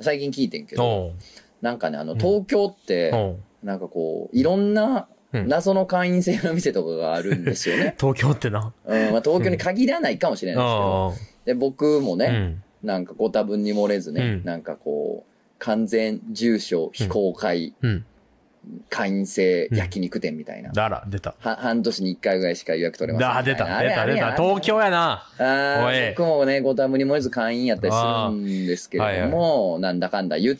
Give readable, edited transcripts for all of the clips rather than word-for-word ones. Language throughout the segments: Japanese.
最近聞いてんけど、なんかね、東京って、なんかこう、いろんな、謎の会員制の店とかがあるんですよね。 東京ってな。 まあ東京に限らないかもしれないですけど。で、僕もね、なんかご多分に漏れずね、なんかこう、完全住所非公開、会員制焼肉店みたいな。 だら、出た。 半年に1回ぐらいしか予約取れませんみたいな。 出た。東京やな。 僕もね、ご多分に漏れず会員やったりするんですけれども、なんだかんだ言って、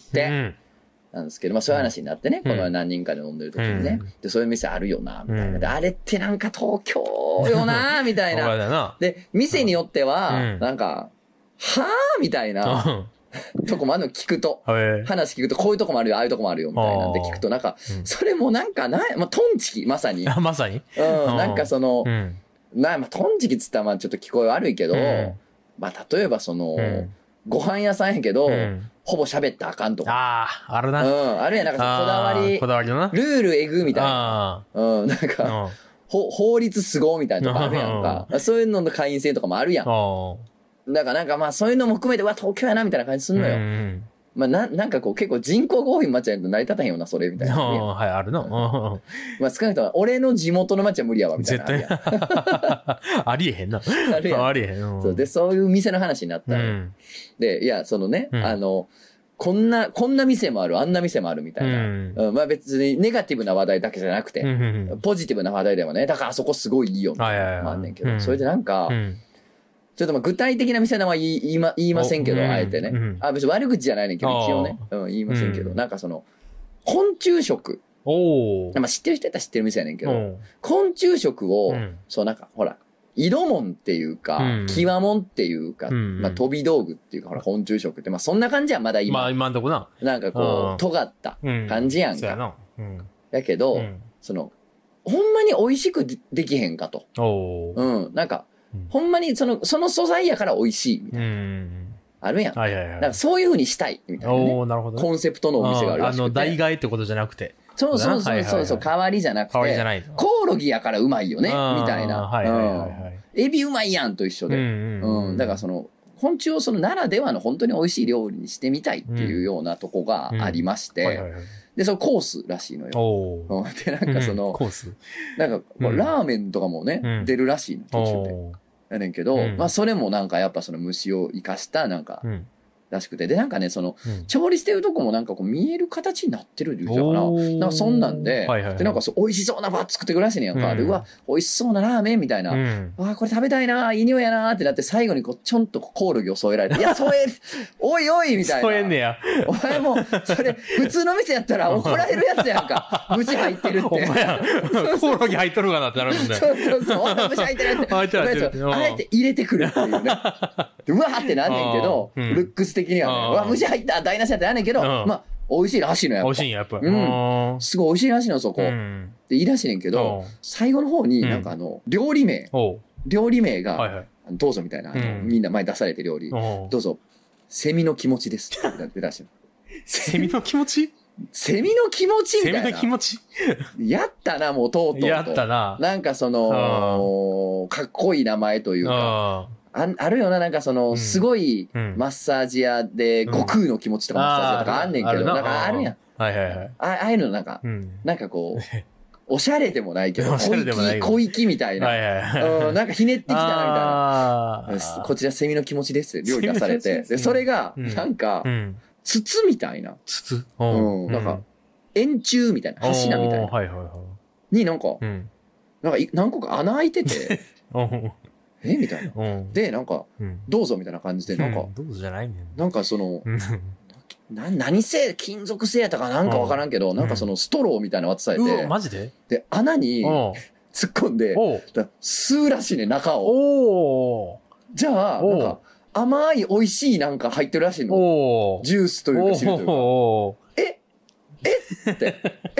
なんですけど、まあそういう話になってね、この何人かで飲んでる時にね、で、そういう店あるよな、みたいな。で、あれってなんか東京よな、みたいな。で、店によっては、なんか、はぁみたいな。とこもあるの聞くと、話聞くと、こういうとこもあるよ、ああいうとこもあるよ、みたいなんで聞くと、なんか、それもなんかまあ、トンチキ、まさに。 まさになんかその、まあ、トンチキっつったら、まあ、ちょっと聞こえ悪いけど、まあ、例えばその、ご飯屋さんやけど、ほぼ喋ったらあかんとか。 あるな。 あるやん、なんかこだわりのな。ルールえぐみたいな。なんか、法律すごいみたいなとこあるやんか。そういうのの会員制とかもあるやん。だからなんかまあそういうのも含めて、東京やなみたいな感じすんのよ。まあなんかこう結構人口が多い町やと成り立たへんよな、それみたいな。 はい、あるな。 まあ少なくとも俺の地元の町は無理やわ、みたいな。 絶対。ありえへんな。ありえへん。 そうで、そういう店の話になったの。で、いや、そのね、こんな店もある、あんな店もあるみたいな。まあ別にネガティブな話題だけじゃなくて、ポジティブな話題でもね、だからあそこすごいいいよみたいなのもあんねんけど、それでなんか、ちょっとまあ具体的な店の名前言いませんけど、あえてね。別に悪口じゃないねんけど、一応ね。言いませんけど、なんかその、昆虫食。まあ知ってる人やったら知ってる店やねんけど、昆虫食を、そうなんか、ほら、色もんっていうか、極もんっていうか、まあ飛び道具っていうか、ほら、昆虫食って、まあそんな感じはまだ今。 まあ今んとこな。 なんかこう、尖った感じやんか。だけど、その、ほんまに美味しくできへんかと。なんか、ほんまにその素材やから美味しいみたいな。あるやん。なんかそういう風にしたいみたいな、ね。 なるほど。 コンセプトのお店があるらしくて。 代替ってことじゃなくて。 そう、代わりじゃなくて。代わりじゃない。コオロギやからうまいよね、みたいな。エビうまいやんと一緒で。だからその、昆虫をそのならではの本当に美味しい料理にしてみたいっていうようなとこがありまして。で、そのコースらしいのよ。で、なんかその、 コースなんか、ラーメンとかもね、出るらしいの、途中で。やねんけど、まあそれもなんかやっぱその虫を生かしたなんか、らしくて。で、なんかね、その、調理してるとこもなんかこう見える形になってるって言うかな。なんかそんなんで、で、なんか美味しそうなバー作ってくるらしいねんか。で、うわ、美味しそうなラーメンみたいな。あ、これ食べたいな、いい匂いやなってなって、最後にこう、ちょんとコオロギを添えられて、いや、おいおいみたいな。 添えんねや。 お前も、それ、普通の店やったら怒られるやつやんか。虫入ってるって。 お前や。コオロギ入っとるかなってなるんだよ。 そう。虫入ってるって。入ってる。あえて入れてくるっていうね。うわーってなんねんけど、ルックス的にはね、うわ、虫入った台無しやったらやねんけど、まあ、美味しいらしいのやっぱ。 美味しいんや、やっぱ。 すごい美味しいらしいの、そこ。で、いいらしいねんけど、最後の方になんか料理名が、どうぞみたいな、みんな前出されて料理、どうぞ、セミの気持ちですって言ってらしいの。 セミの気持ちセミの気持ちみたいな。 セミの気持ちやったな、もうとうとう。 やったな。 なんかその、かっこいい名前というか。あるよな、なんかその、すごいマッサージ屋で、悟空の気持ちとかマッサージ屋とかあんねんけど、なんかあるやん。ああいうのなんか、なんかこう、おしゃれでもないけど、小粋みたいな。なんかひねってきたな、みたいな。こちらセミの気持ちです料理出されて。で、それが、なんか、筒みたいな。 筒なんか、円柱みたいな、柱みたいな。になんか、何個か穴開いてて、みたいな。で、なんか、どうぞみたいな感じで、なんか、 どうぞじゃないねん。 なんかその、何製、金属製やったかなんかわからんけど、なんかそのストローみたいなの渡されて、 マジでで、穴に突っ込んで、吸うらしいね、中を。じゃあ、なんか、甘い美味しいなんか入ってるらしいの。ジュースというか汁というか。って。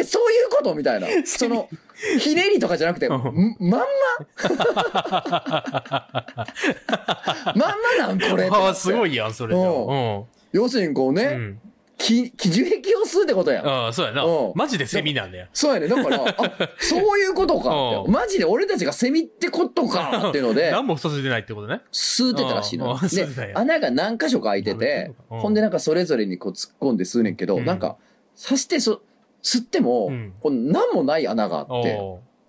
そういうことみたいな。その、ひねりとかじゃなくて、まんまなんこれ。 すごいやん、それ。 要するにこうね、 樹液を吸うってことやん。 ああ、そうやな。マジでセミなんだよ。 そうやね。だから、そういうことかって。マジで俺たちがセミってことかっていうので。 何も吸ってないってことね。 吸うてたらしいの。で、穴が何箇所か開いてて、ほんでなんかそれぞれにこう突っ込んで吸うねんけど、なんか、刺して吸っても、こう何もない穴があって、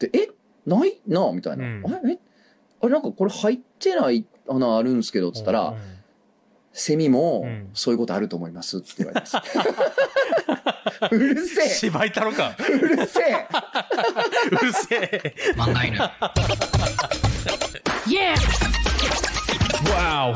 で、ないなみたいな。あれなんかこれ入ってない穴あるんすけど、つったら、セミも、そういうことあると思いますって言われました。うるせえ。 芝居太郎か。 うるせえ。 うるせえ。 漫画犬。 Yeah! Wow!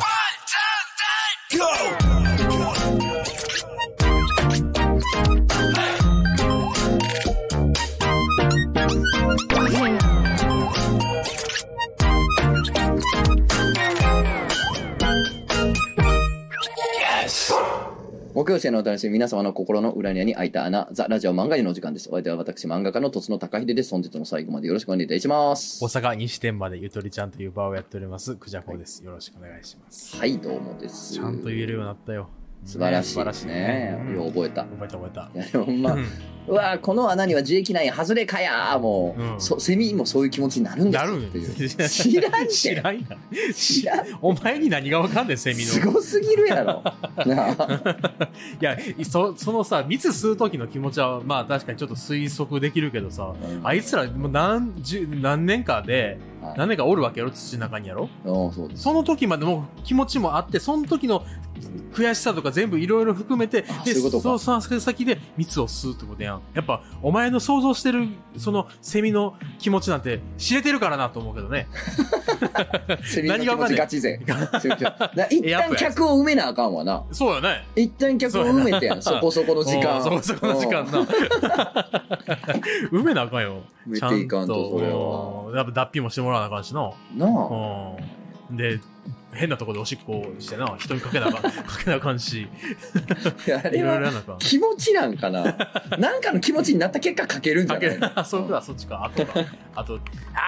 木曜日のお楽しみ、皆様の心の裏に開いた穴、ザ・ラジオ漫画犬のお時間です。お相手は私、漫画家のとつの高秀です。本日も最後までよろしくお願いいたします。 大阪西店までゆとりちゃんという場をやっております、くじゃこです。よろしくお願いします。 はい、どうもです。 ちゃんと言えるようになったよ。 素晴らしいですね。よう覚えた。 覚えた。 いや、でもほんま、うわこの穴には樹液ない外れかやもう、セミもそういう気持ちになるんですよっていう。知らん知らん。お前に何がわかんねん、セミの。 すごすぎるやろ。 いや、そのさ、蜜吸う時の気持ちは、まあ確かにちょっと推測できるけどさ、あいつらもう何年かおるわけやろ、土の中にやろ。 そうです。 その時までも気持ちもあって、その時の悔しさとか全部いろいろ含めて、で、その先で蜜を吸うってことやん。やっぱ、お前の想像してる、そのセミの気持ちなんて知れてるからなと思うけどね。 セミの気持ちガチ勢。一旦客を埋めなあかんわな。 そうよね。 一旦客を埋めてやん。そこそこの時間。 そこそこの時間な。埋めなあかんよ。 埋めていかんと、それは。 やっぱ脱皮もしてもらわなあかんしな。 なあ。 で、変なとこでおしっこしてな、人にかけなあかんし。 あれは気持ちなんかな。なんかの気持ちになった結果かけるんじゃないの？そっちか。あと、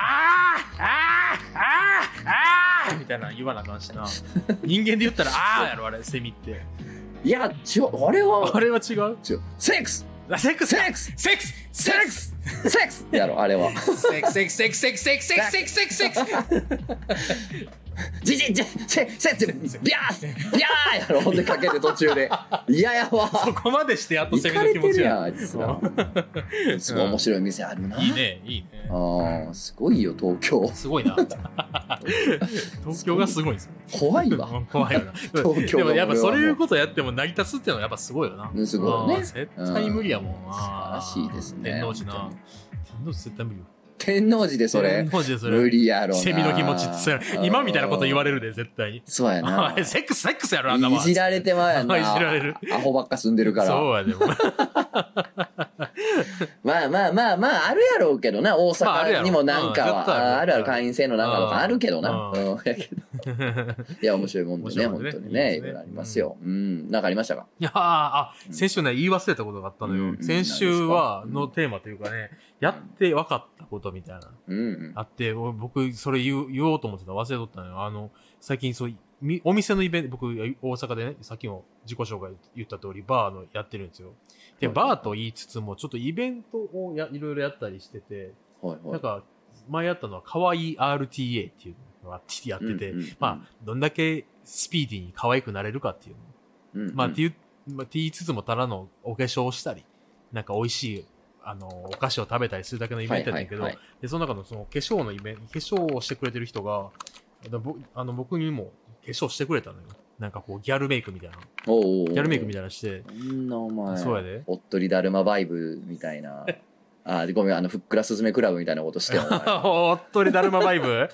みたいな言わなあかんしな。人間で言ったら、やろ、あれ、セミって。 いや、違う、あれは違うセックスやろ、あれは。セックスビャーやろ、ほんでかけて途中で。嫌やわ。 そこまでしてやっとセミの気持ちや。 あいつら。すごい面白い店あるな。 いいね。 すごいよ、東京。 すごいな。東京がすごいですよ。 怖いわ。 怖いよな。東京でもやっぱそういうことやっても成り立つっていうのはやっぱすごいよな。 すごいね。 絶対無理やもん。 素晴らしいですね。 天王寺絶対無理よ。 天王寺でそれ。無理やろな。 セミの気持ちって今みたいなこと言われるで、絶対に。 そうやな。 セックスやろ、あんなもん。 いじられてまうやんな。 いじられる。 アホばっか住んでるから。 そうやでも。 まあ、あるやろうけどな。大阪にもなんかは、ある会員制のなんかとかあるけどな。いや、面白いもんでね、本当にね。いろいろありますよ。なんかありましたか？ いや先週ね、言い忘れたことがあったのよ。先週のテーマというかね、やって分かったことみたいな。あって、僕、それ言おうと思ってた忘れとったのよ。最近お店のイベント、僕、大阪でね、さっきも自己紹介言った通り、バーやってるんですよ。で、バーと言いつつも、ちょっとイベントをいろいろやったりしてて、なんか、前やったのは、かわいい RTA っていうのがやってて、まあ、どんだけスピーディーに可愛くなれるかっていうの。まあ、って言いつつも、ただのお化粧をしたり、なんか美味しい、お菓子を食べたりするだけのイベントやったんだけど、で、その中のその化粧をしてくれてる人が、僕にも化粧してくれたのよ。なんかこう、ギャルメイクみたいな。ギャルメイクみたいなして。 お前。 そうやで。 おっとりだるまバイブみたいな。ごめん、ふっくらすずめクラブみたいなことしておっとりだるまバイブ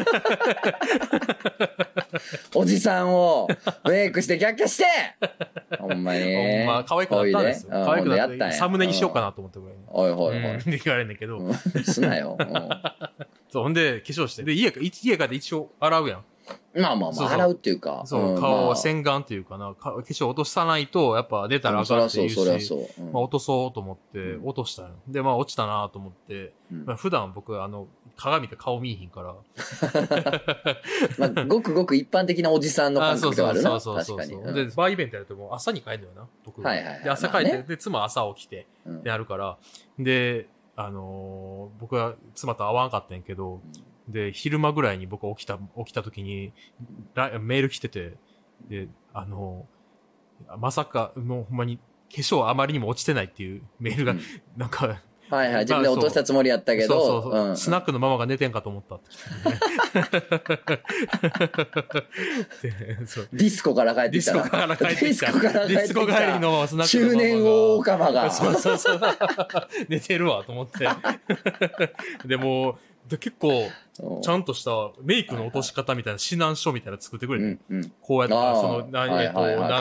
おじさんをメイクしてキャッキャしてほんまに。 ほんま、可愛くなったんですよ。可愛くなった。サムネにしようかなと思ってくれ。 おい。 で言われんだけど。 すなよ。 そう、ほんで、化粧して。で、家帰って一応洗うやん。 まあ、洗うっていうか。 そう、顔を洗顔っていうかな。化粧落とさないと、やっぱ出たらあかんっていうし。 そりゃそう。 まあ、落とそうと思って、落としたよ。で、まあ、落ちたなと思って。普段僕、 鏡で顔見えひんから。 まあ、ごくごく一般的なおじさんの感覚ではあるな。 そう確かに。 で、バーイベントやるともう朝に帰るのよな、僕。 はいはい。 で、朝帰って、で、妻朝起きて、ってなるから、で、僕は妻と会わんかったんやけど、で、昼間ぐらいに僕起きた時に、メール来てて、で、まさか、もうほんまに、化粧あまりにも落ちてないっていうメールが、なんか、 はいはい。自分で落としたつもりやったけど。 そう。スナックのママが寝てんかと思ったってディスコから帰ってきた。 ディスコ帰りのスナックのママが。 中年大カマが。 そう。寝てるわと思って。でも、結構、ちゃんとしたメイクの落とし方みたいな指南書みたいなの作ってくれて。こうやって、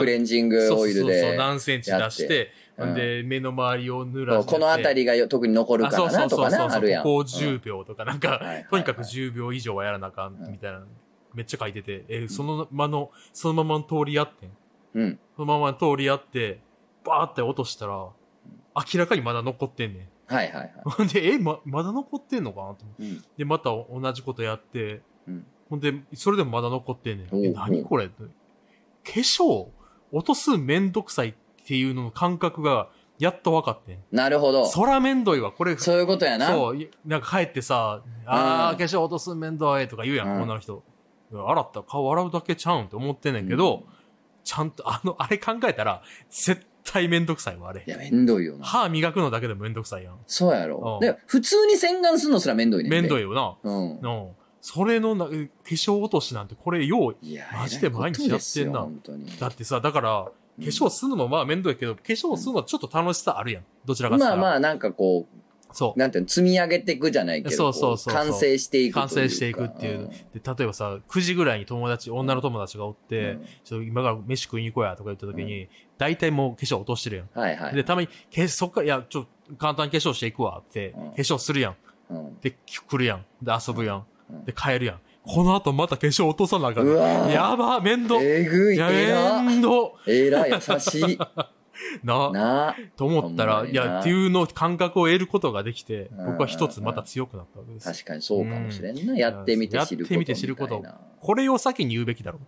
クレンジングオイルで。 そう、何センチ出して、で、目の周りを濡らして。 このあたりが特に残るからなとかな、あるやん。 ここ10秒とか、なんか、とにかく10秒以上はやらなあかん、みたいな、めっちゃ書いてて、そのままの通りやってん。そのままの通りやって、バーって落としたら、明らかにまだ残ってんねん。 はいはいはい。で、まだ残ってんのかなと思って。で、また同じことやって、ほんで、それでもまだ残ってんねん。何これ？化粧落とすめんどくさいっていうのの感覚が、やっと分かってん。 なるほど。 そらめんどいわ。これ。 そういうことやな。 そう。なんか帰ってさ、化粧落とすめんどいとか言うやん、女の人。洗った顔洗うだけちゃうんって思ってんねんけど、ちゃんと、あれ考えたら、絶対めんどくさいわ、あれ。 いや、めんどいよな。 歯磨くのだけでもめんどくさいやん。 そうやろ。で、普通に洗顔するのすらめんどいねん。 めんどいよな。それの化粧落としなんて、これよう、マジで毎日やってんな。だってさ、だから、化粧するのもまあめんどいけど、化粧するのはちょっ楽しさあるやん。どちらかって言ったら。 まあなんかこう、そう。なんていうの、積み上げていくじゃないけど、完成していく。 完成していくっていう。で、例えばさ、9時ぐらいに女の友達がおって、今から飯食いに行こうやとか言った時に、大体もう化粧落としてるやん。 はいはい。 で、たまに、そっから、いや、簡単に化粧していくわって、化粧するやん。で、来るやん。で、遊ぶやん。で、帰るやん。この後また化粧落とさなあかん。やば、面倒。 えぐい。 面倒。 えらい、優しい。 と思ったら、いや、っていうの感覚を得ることができて、僕は一つまた強くなったわけです。 確かにそうかもしれんな。やってみて知ること。やってみて知ること。 これを先に言うべきだろう。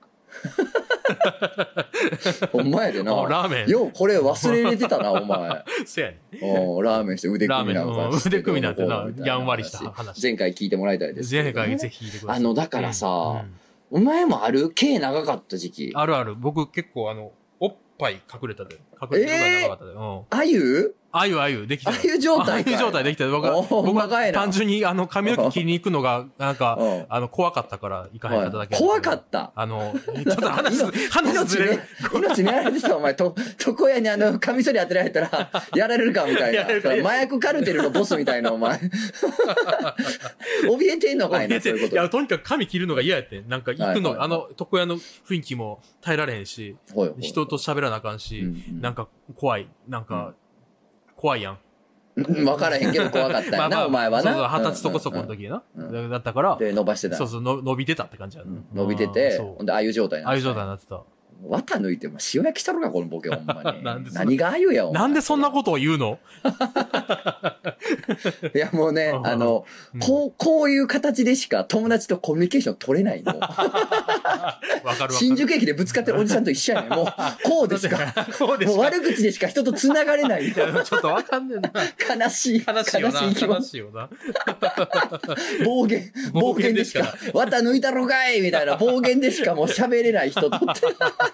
お前でな。 ラーメン。 よう、これ忘れれてたな、お前。 そやね。 ラーメンして腕組みなんか。 腕組みなんてな、やんわりした話。 前回聞いてもらいたいです。 前回ぜひ聞いてください。 だからさ、お前もある毛長かった時期。 あるある。僕結構おっぱい隠れたで。隠れてるぐらい長かったで。 あゆあゆできた。 あゆ状態あゆ状態できた。僕は単純に髪の毛切りに行くのが、なんか、怖かったから行かへんかっただけ。 怖かったちょっと話ずれる。 命にやられてたお前、床屋にカミソリ当てられたら、やられるかみたいな。麻薬カルテルのボスみたいなお前。怯えてんのかいな、そういうこと。 いや、とにかく髪切るのが嫌やって。なんか行くの、床屋の雰囲気も耐えられへんし、人と喋らなあかんし、なんか怖い。なんか、怖いやん。 わからへんけど怖かったよな、お前はな。 そうそう、20歳そこそこの時な。だったから。 で、伸ばしてた。 そうそう、伸びてたって感じやな。 伸びてて、ほんで、あゆ状態になってた。 あゆ状態になってた。 綿抜いても塩焼きしたろか、このボケ、ほんまに。何があゆや、お前。 なんでそんなことを言うのいや、もうね、こういう形でしか友達とコミュニケーション取れないの。 わかる。 新宿駅でぶつかってるおじさんと一緒やねん。もう、こうですか。もう悪口でしか人と繋がれない。 ちょっとわかんねえな。 悲しい。 悲しいよな。 暴言でしか、綿抜いたろかいみたいな暴言でしかもう喋れない人とって。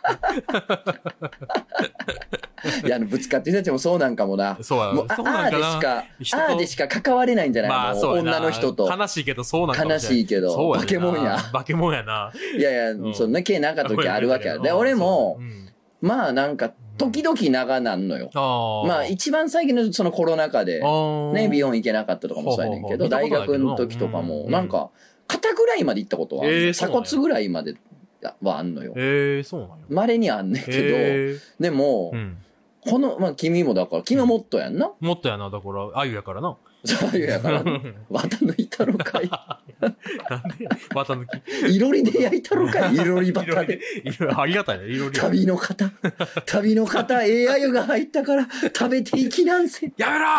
いや、ぶつかってる人たちもそうなんかもな。 そうや。 もうあでしか関われないんじゃないまあ、 女の人と。 悲しいけどそうなんかも悲しいけど。化け物や。 化け物やな。 いやいや、そんな毛長か時あるわけや。で、俺も、まあなんか、時々長なんのよ。まあ一番最近のそのコロナ禍で、ね、美容院行けなかったとかもそうやねんけど、大学の時とかも、なんか、肩ぐらいまで行ったことは、鎖骨ぐらいまではあんのよ。 そうなんや。 稀にあんねんけど、でも、まあ君もだから、君はもっとやんな。 もっとやな、だから、あゆやからな。 あゆやから、綿抜いたろかい。 なんで綿抜き。 いろりで焼いたろかい、いろりバタで。 ありがたいね、いろり。 旅の方、ええ鮎が入ったから食べていきなんせ。 やめろ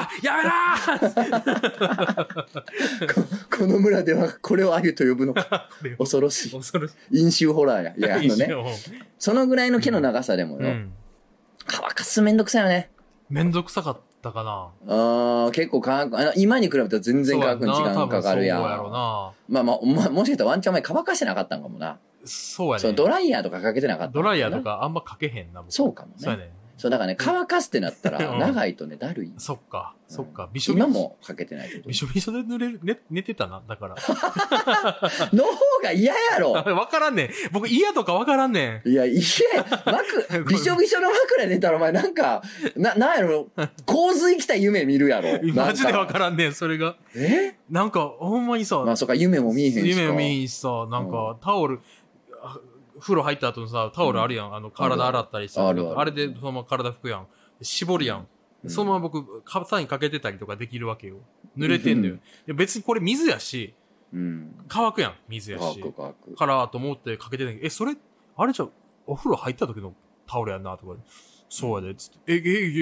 この村ではこれを鮎と呼ぶのか。恐ろしい。飲酒ホラーや。いや、そのぐらいの毛の長さでもよ。乾かすめんどくさいよね。 めんどくさかったかな。 結構今に比べたら全然乾くに時間かかるやん。そうやろうな。まあ、もしかしたらワンチャン前乾かしてなかったんかもな。 そうやね。 そのドライヤーとかかけてなかった。 ドライヤーとかあんまかけへんな。 そうかもね。そうやね。そうだからね、乾かすってなったら長いとね、だるい。 そっか。 今もかけてないけど。 びしょびしょで寝てたな、だから。 の方が嫌やろ。 わからんねん。僕嫌とかわからんねん。いや、びしょびしょの枕寝たらお前なんか、なんやろ、洪水来た夢見るやろ。 マジでわからんねん、それが。なんか、ほんまにさ。 まあそっか、夢も見えへんし。 夢も見えへんしさ、なんか、タオル、風呂入った後のさ、タオルあるやん。体洗ったりさ。あれでそのまま体拭くやん。絞るやん。そのまま僕、肩にかけてたりとかできるわけよ。濡れてんだよ。別にこれ水やし、乾くやん、水やし。乾く。からと思ってかけてたけど、それ、あれじゃ、お風呂入った時のタオルやんな、とか。そうやで、つって。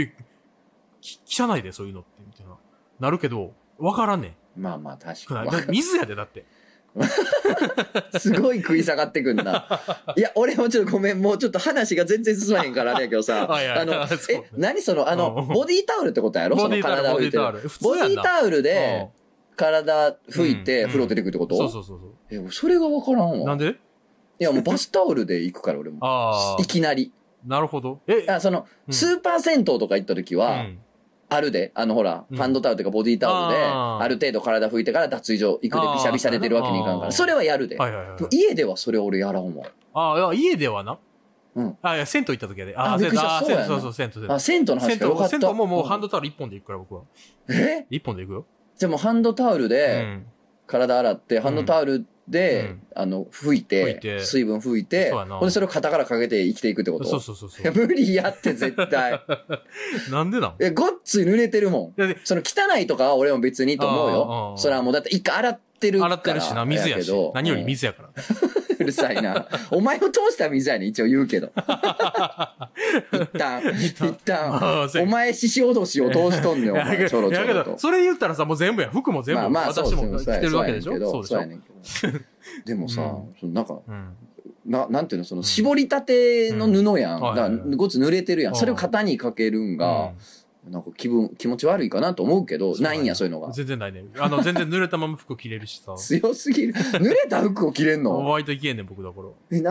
汚いで、そういうのって、みたいな。なるけど、わからんねん。まあまあ、確かに。 水やで、だって。 すごい食い下がってくんな。いや、俺もちょっとごめん、もうちょっと話が全然進まへんからあれやけどさ、何その、ボディータオルってことやろ？その体拭いてる。ボディータオルで、体拭いて風呂出てくるってこと？ そう。 それがわからんわ。 なんで？ いや、もうバスタオルで行くから、俺も。いきなり。 なるほど。 スーパー銭湯とか行った時は、あるで、ほら、ハンドタオルとかボディータオルで、ある程度体拭いてから脱衣所行くでビシャビシャ出てるわけにいかんから。それはやるで。家ではそれ俺やらんわ。 家ではな。いや、銭湯行った時やで。銭湯。 銭湯の話がよかった。 銭湯ももうハンドタオル一本で行くから、僕は。一本で行くよ。 じゃあもうハンドタオルで、体洗って、ハンドタオルで、拭いて、水分拭いて、ほんでそれを肩からかけて生きていくってこと？ そう。 いや、無理やって絶対。 なんでなん？ ごっつい濡れてるもん。その汚いとかは俺も別にと思うよ。それはもうだって一回洗ってるから。 洗ってるしな、水やし。何より水やから。 うるさいな。お前を通した水やねん、一応言うけど。一旦。お前獅子脅しを通しとんねん、お前。ちょろちょろと。 それ言ったらさ、もう全部や。服も全部。私も着てるわけでしょ？そうでしょ？ でもさ、なんか、なんていうの、その、絞りたての布やん。だから、ごつ濡れてるやん。それを肩にかけるんが、なんか気持ち悪いかなと思うけど、ないんや、そういうのが。 全然ないね。全然濡れたまま服着れるしさ。 強すぎる。濡れた服を着れんの？ 割といけんねん、僕だから。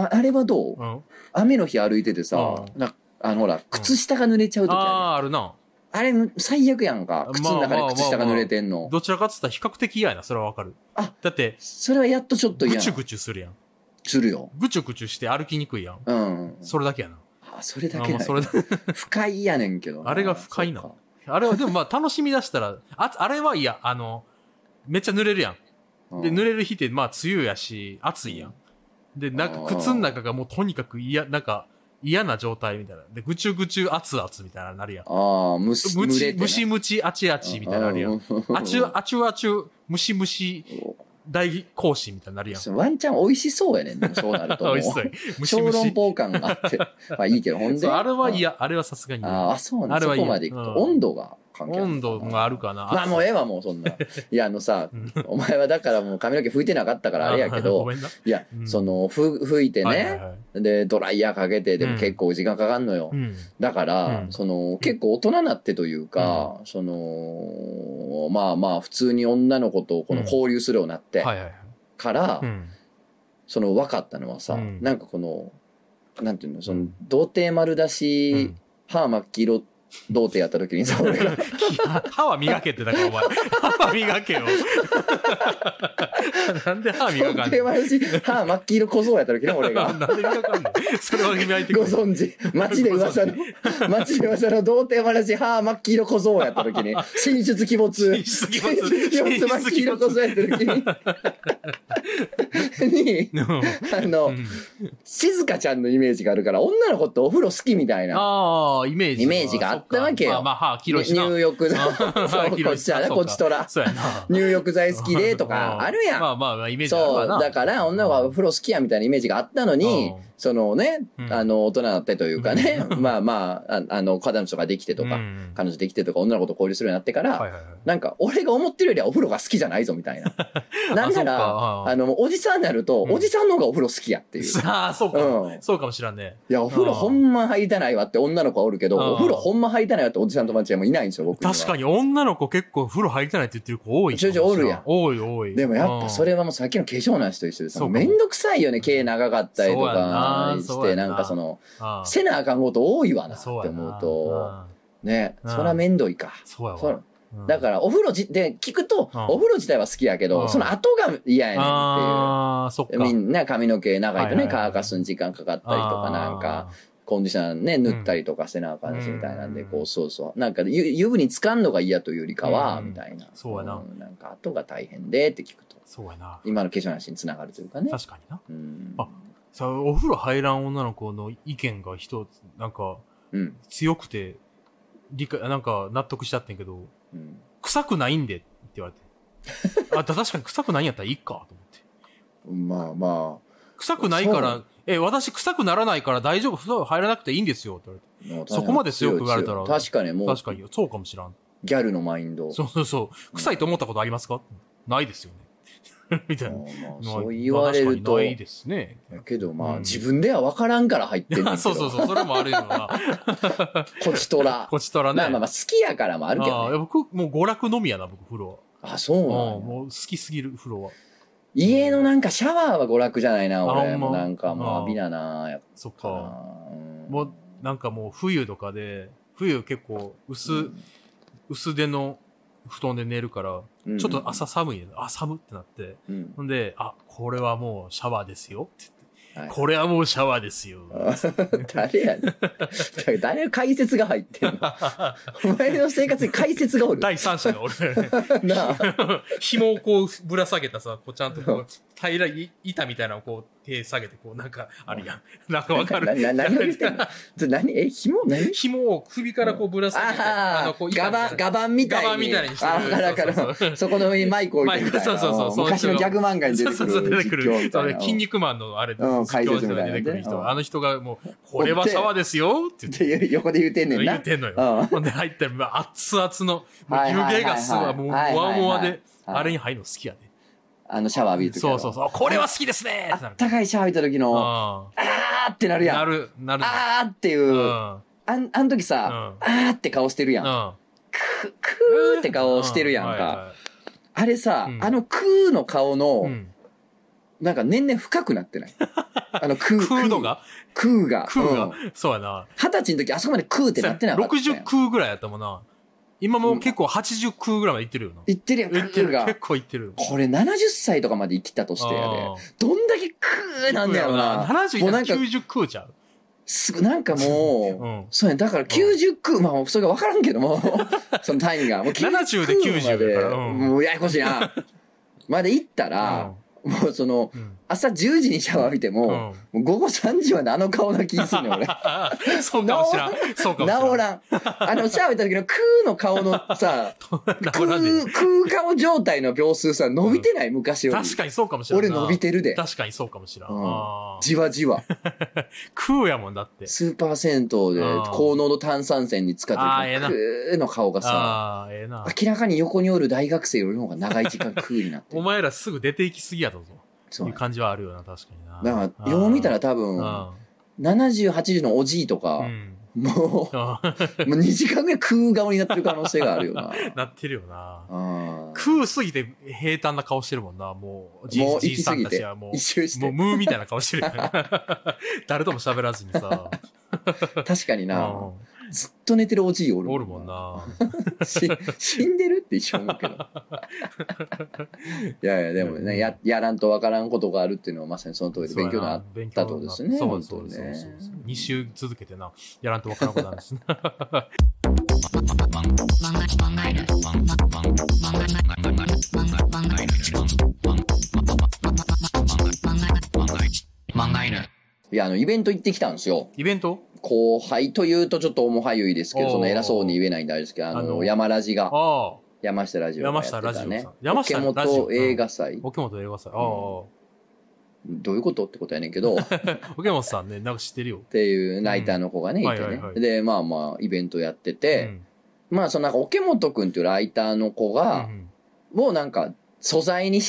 あれはどう？雨の日歩いててさ、ほら、靴下が濡れちゃう時ある。 あるな。 あれ、最悪やんか。靴の中で靴下が濡れてんの。 どちらかって言ったら比較的嫌やな、それはわかる。だって、 それはやっとちょっと嫌。 ぐちゅぐちゅするやん。 するよ。 ぐちゅぐちゅして歩きにくいやん。それだけやな。 それだけだ。不快やねんけど。 あれが不快な。あれはでもまあ楽しみ出したら、あれは嫌。めっちゃ濡れるやん。で、濡れる日って、まあ梅雨やし、暑いやん。で、なんか靴の中がもうとにかくなんか嫌な状態みたいな。で、ぐちゅぐちゅ熱々みたいななるやん。ムシムチあちあちみたいななるやん。あちゅムシムシ大行進みたいになるやん。 ワンチャン美味しそうやねん。そうなると。 美味しそう。 小籠包感があって。まあいいけど、ほんで。 あれは嫌。あれはさすがに。 そうなんだ。そこまでいくと。温度が関係ある。 温度があるかな。 まあもうええわ、もうそんな。いや、お前はだからもう髪の毛拭いてなかったからあれやけど、いや、拭いてね、で、ドライヤーかけて、でも結構時間かかんのよ。だから、結構大人なってというか、まあまあ、普通に女の子と交流するようになって、から、分かったのはさ、なんかなんていうの、童貞丸出し、歯真っ黄色童貞やった時にさ、俺が。 歯は磨けってだからお前。歯は磨けよ。なんで歯磨かんの？ 歯真っ黄色小僧やった時ね、俺が。 なんで磨かんの？それは磨いてご存知。街で噂の童貞丸出し歯真っ黄色小僧やった時に、神出鬼没。神出鬼没真っ黄色小僧やった時に。 に、静香ちゃんのイメージがあるから、女の子ってお風呂好きみたいな。 イメージがあったわけよ。入浴剤。こっちはな、こっちとら。入浴剤好きでとか、あるやん。 イメージあるわな。 そう、だから女の子はお風呂好きやみたいなイメージがあったのに、そのね、大人だってというかね、彼女ができてとか、彼女できてとか、女の子と交流するようになってから、なんか、俺が思ってるよりはお風呂が好きじゃないぞみたいな。なんなら、おじさんになると、おじさんの方がお風呂好きやっていう。そうか。そうかもしらんね。いや、お風呂ほんま入りたないわって女の子はおるけど、お風呂ほんま入りたないわっておじさん友達はもういないんですよ、僕には。 確かに女の子結構風呂入りたないって言ってる子多い。 ちょいちょいおるやん。 多い。 でもやっぱそれはもうさっきの化粧の話と一緒でさ、めんどくさいよね、毛長かったりとかして、なんかその、せなあかんこと多いわなって思うと、ね、そらめんどいか。 そうやわ。 だから、お風呂で聞くと、お風呂自体は好きやけど、その後が嫌やねんっていう。みんな髪の毛長いとね、乾かすに時間かかったりとか、なんか、コンディショナーね、塗ったりとかしてなあかんしみたいなんで、こう、そうそう。なんか、湯船に浸かんのが嫌というよりかは、みたいな。 そうやな。 なんか、後が大変でって聞くと。 そうやな。 今の化粧の話につながるというかね。 確かにな。さ、お風呂入らん女の子の意見が一つ、なんか、強くて、なんか納得しちゃってんけど、臭くないんでって言われて。確かに臭くないんやったらいいかと思って。まあ。 臭くないから、私臭くならないから大丈夫、風呂入らなくていいんですよって言われて。そこまで強く言われたら。 確かにもう。 確かに、そうかもしらん。 ギャルのマインド。 そう。臭いと思ったことありますか？ないですよね。みたいな。 そう言われると。 ないですね。 けど自分では分からんから入ってるんだけど。 そう。それもあるよな。 こちとら。 こちとらね。 好きやからもあるけどね。 僕、もう娯楽のみやな、僕、風呂は。 そうなの？ もう好きすぎる、風呂は。 家のなんかシャワーは娯楽じゃないな、俺。なんかもう浴びなな、やっぱ。 そっか。もう、なんかもう冬とかで、冬結構薄手の布団で寝るから、ちょっと朝寒いね。寒ってなって。ほんで、これはもうシャワーですよって言って。これはもうシャワーですよ。 誰やねん。誰の解説が入ってんの？お前の生活に解説がおる。 第三者がおる。なあ。紐をこうぶら下げたさ、こうちゃんとこう、平ら板みたいなのをこう手下げて、こうなんかあるやん。なんかわかる？ 何を言ってんの？紐何？ 紐を首からこうぶら下げて、こうガバンみたいに。 ガバンみたいにしてる。 だから、そこの上にマイク置いてみたいな。そう。昔のギャグ漫画に出てくる。 そう、出てくる。筋肉マンのあれ、 解説みたいな出てくる人。あの人がもう、これはシャワーですよって言って。横で言うてんねんな。 言ってんのよ。ほんで入ったら、熱々の、湯気がすごい、もう、もわもわで、あれに入るの好きやね。 シャワー浴びるとき。 そう。これは好きですねあったかいシャワー浴びた時の、ってなるやん。 なる。 っていう。あの時さ、って顔してるやん。くーって顔してるやんか。あれさ、くーの顔の、なんか年々深くなってない？クーのがクーが。 そうやな。 20歳の時あそこまでクーってなってなかった。 60クーぐらいやったもんな。今もう結構80クーぐらいまでいってるよな。 いってるやん、クーが。 結構いってる。 これ70歳とかまで生きたとしてやで。どんだけクーなんだよな。 70いったら90クーちゃう。 なんかもう、そうね、だから90クー、それが分からんけども、その単位が。もう 70で90だから。 もうややこしいな。まで行ったら、もうその、朝10時にシャワー浴びても、午後3時まで顔な気すんねん、俺。 そうかもしらん。そうかもしらん。 治らん。シャワー浴びた時のクーの顔のさ、空顔状態の秒数さ、伸びてない昔より。 確かにそうかもしらん。 俺伸びてるで。 確かにそうかもしらん。 じわじわ。 クーやもんだって。 スーパー銭湯で高濃度炭酸泉に使ってるクーの顔がさ、明らかに横におる大学生よりの方が長い時間クーになってる。 お前らすぐ出て行きすぎやぞ。そういう感じはあるよな、確かにな。 だから、よう見たら多分、70、80のおじいとか、もう2時間ぐらい空顔になってる可能性があるよな。 なってるよな。空すぎて平坦な顔してるもんな、もう。じいさんたちはもう、もうムーみたいな顔してるよね。誰とも喋らずにさ。 確かにな。ずっと寝てるおじいおるもんな。 死んでるって一瞬思うけど。いや、でもね、やらんとわからんことがあるっていうのはまさにその通りで勉強になったってことですね。 そう。2週続けてな、やらんとわからんことあるんですね。 イベント行ってきたんですよ。 イベント後輩というとちょっと重はゆいですけど、その偉そうに言えないんであれですけど、山ラジが。山下ラジオがやってたね。 山下ラジオ。 桶本映画祭。 桶本映画祭。 どういうことってことやねんけど。 桶本さんね、なんか知ってるよ。 っていうライターの子がね、いてね。で、まあまあ、イベントやってて、まあ、そのなんか、桶本くんっていうライターの子が、もうなんか、素材にして、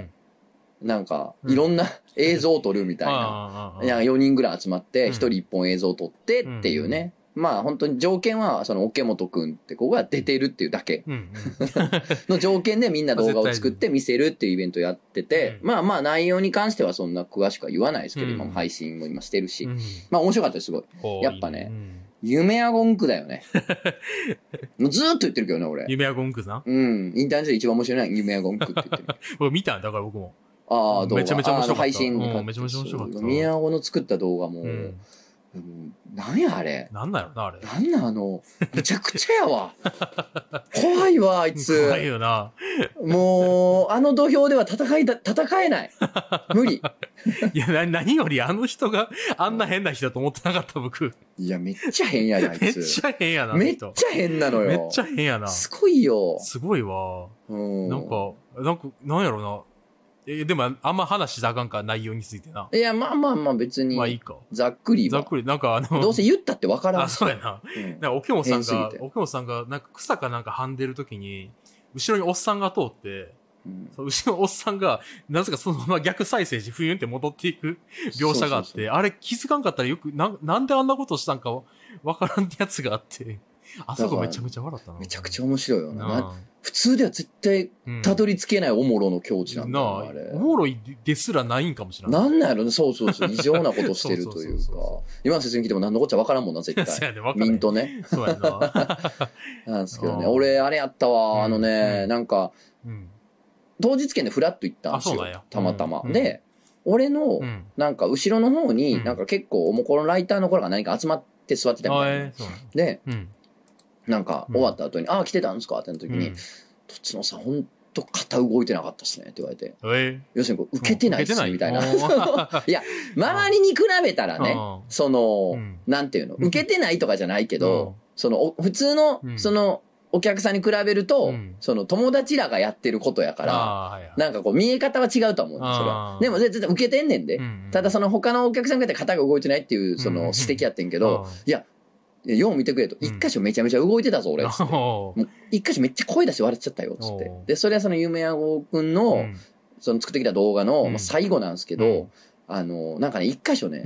なんか、いろんな映像を撮るみたいな。4人ぐらい集まって、1人1本映像を撮ってっていうね。まあ本当に条件は、その桶本くんって子が出てるっていうだけの条件でみんな動画を作って見せるっていうイベントやってて、まあまあ内容に関してはそんな詳しくは言わないですけど、今も配信も今してるし。まあ面白かったですすごい。やっぱね、夢アゴンクだよね。もうずーっと言ってるけどね、俺。 夢アゴンクさんインターネットで一番面白いのは夢アゴンクって言ってる。 僕見ただから僕も。 動画。 めちゃめちゃ面白かった。 配信。 めちゃめちゃ面白かった。 夢アゴの作った動画も、なんやあれ。 なんだよな、あれ。 なんむちゃくちゃやわ。怖いわ、あいつ。 怖いよな。 もう、あの土俵では戦えない。無理。 いや、何よりあの人があんな変な人だと思ってなかった、僕。 いや、めっちゃ変やで、あいつ。 めっちゃ変やな。 めっちゃ変なのよ。 めっちゃ変やな。 すごいよ。 すごいわ。なんやろな。でも、あんま話したらあかんか、内容についてな。 いや、まあ別に。 まあいいか。 ざっくり。 なんかどうせ言ったって分からん。 そうやな。なんか、桶本さんが、なんか草かなんかはんでるときに、後ろにおっさんが通って、後ろのおっさんが、なぜかそのまま逆再生し、ふゆんって戻っていく描写があって、あれ気づかんかったらなんであんなことしたんかわからんってやつがあって、あそこめちゃめちゃ笑ったな。 めちゃくちゃ面白いよな。普通では絶対たどり着けないおもろの境地なんだよ、あれ。 おもろいですらないんかもしれない。 なんなんやろね、そう。異常なことしてるというか。今の説明聞いても何のこっちゃわからんもんな、絶対。 そうやね、わかる。ミントね。 そうやな。 なんですけどね。俺、あれやったわ。なんか、当日券でフラッと行ったんですよ。たまたま。で、俺の、なんか後ろの方に、なんか結構おもこのライターの子らが何か集まって座ってたみたいな。で、なんか終わった後に、来てたんですかってなった時に、とっちのさん、ほんと肩動いてなかったっすねって言われて。要するに受けてないっすみたいな。いや、周りに比べたらね、なんていうの、受けてないとかじゃないけど、普通の、お客さんに比べると、友達らがやってることやから、なんかこう見え方は違うと思うんですよ。でも絶対受けてんねんで。ただ他のお客さんが肩が動いてないっていう、指摘やってんけど、いや、よう見てくれと。一箇所めちゃめちゃ動いてたぞ、俺。一箇所めっちゃ声出して笑っちゃったよ、つって。で、それは夢やごくんの、作ってきた動画の最後なんですけど、なんかね、一箇所ね、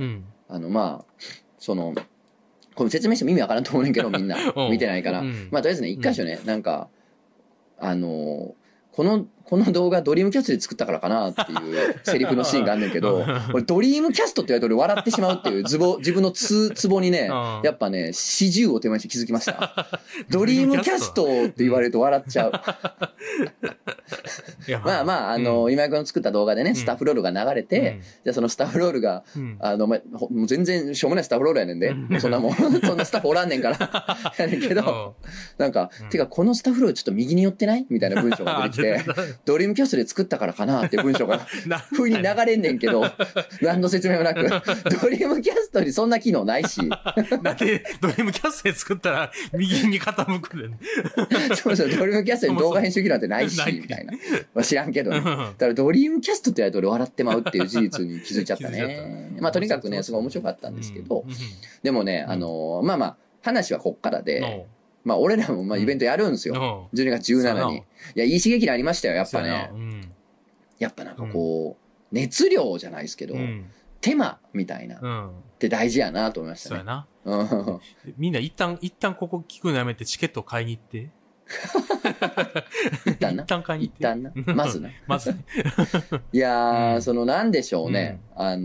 これ説明しても意味わからんと思うねんけど、みんな。見てないから。まあ、とりあえずね、一箇所ね、なんか、この動画ドリームキャストで作ったからかなっていうセリフのシーンがあんねんけど、俺ドリームキャストって言われて俺笑ってしまうっていう自分のツボにね、やっぱね、40を手前にして気づきました。ドリームキャストって言われると笑っちゃう。まあ、今井くんの作った動画でね、スタッフロールが流れて、じゃあそのスタッフロールが、もう全然しょうもないスタッフロールやねんで、そんなスタッフおらんねんから、やねんけど、なんか、てかこのスタッフロールちょっと右に寄ってないみたいな文章が出てきて、ドリームキャストで作ったからかなっていう文章が風に流れんねんけど、何の説明もなく、ドリームキャストにそんな機能ないし。 だってドリームキャストで作ったら右に傾くねん。 そう、ドリームキャストに動画編集機能ってないし、みたいな。知らんけどね。だからドリームキャストって言われて俺笑ってまうっていう事実に気づいちゃったね。まあとにかくね、すごい面白かったんですけど、でもね、話はこっからで、まあ俺らもイベントやるんですよ。12月17に。いや、いい刺激になりましたよ、やっぱね。やっぱなんかこう、熱量じゃないですけど、手間みたいな、って大事やなと思いましたね。 そうやな。みんな一旦ここ聞くのやめてチケット買いに行って。 一旦買いに行って。一旦な。まずな。まず。いやー、なんでしょうね。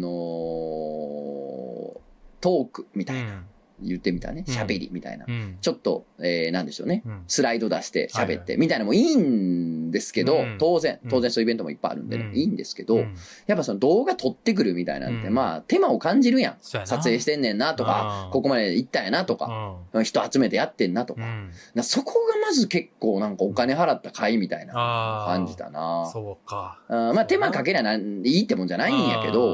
トークみたいな。言ってみたね。喋りみたいな。ちょっと、なんでしょうね。スライド出して喋ってみたいなのもいいんですけど、当然そういうイベントもいっぱいあるんでね、いいんですけど、やっぱ動画撮ってくるみたいなんて、まあ、手間を感じるやん。撮影してんねんなとか、ここまで行ったんやなとか、人集めてやってんなとか。そこがまず結構なんかお金払った回みたいな感じたな。 そうか。 まあ、手間かけりゃいいってもんじゃないんやけど、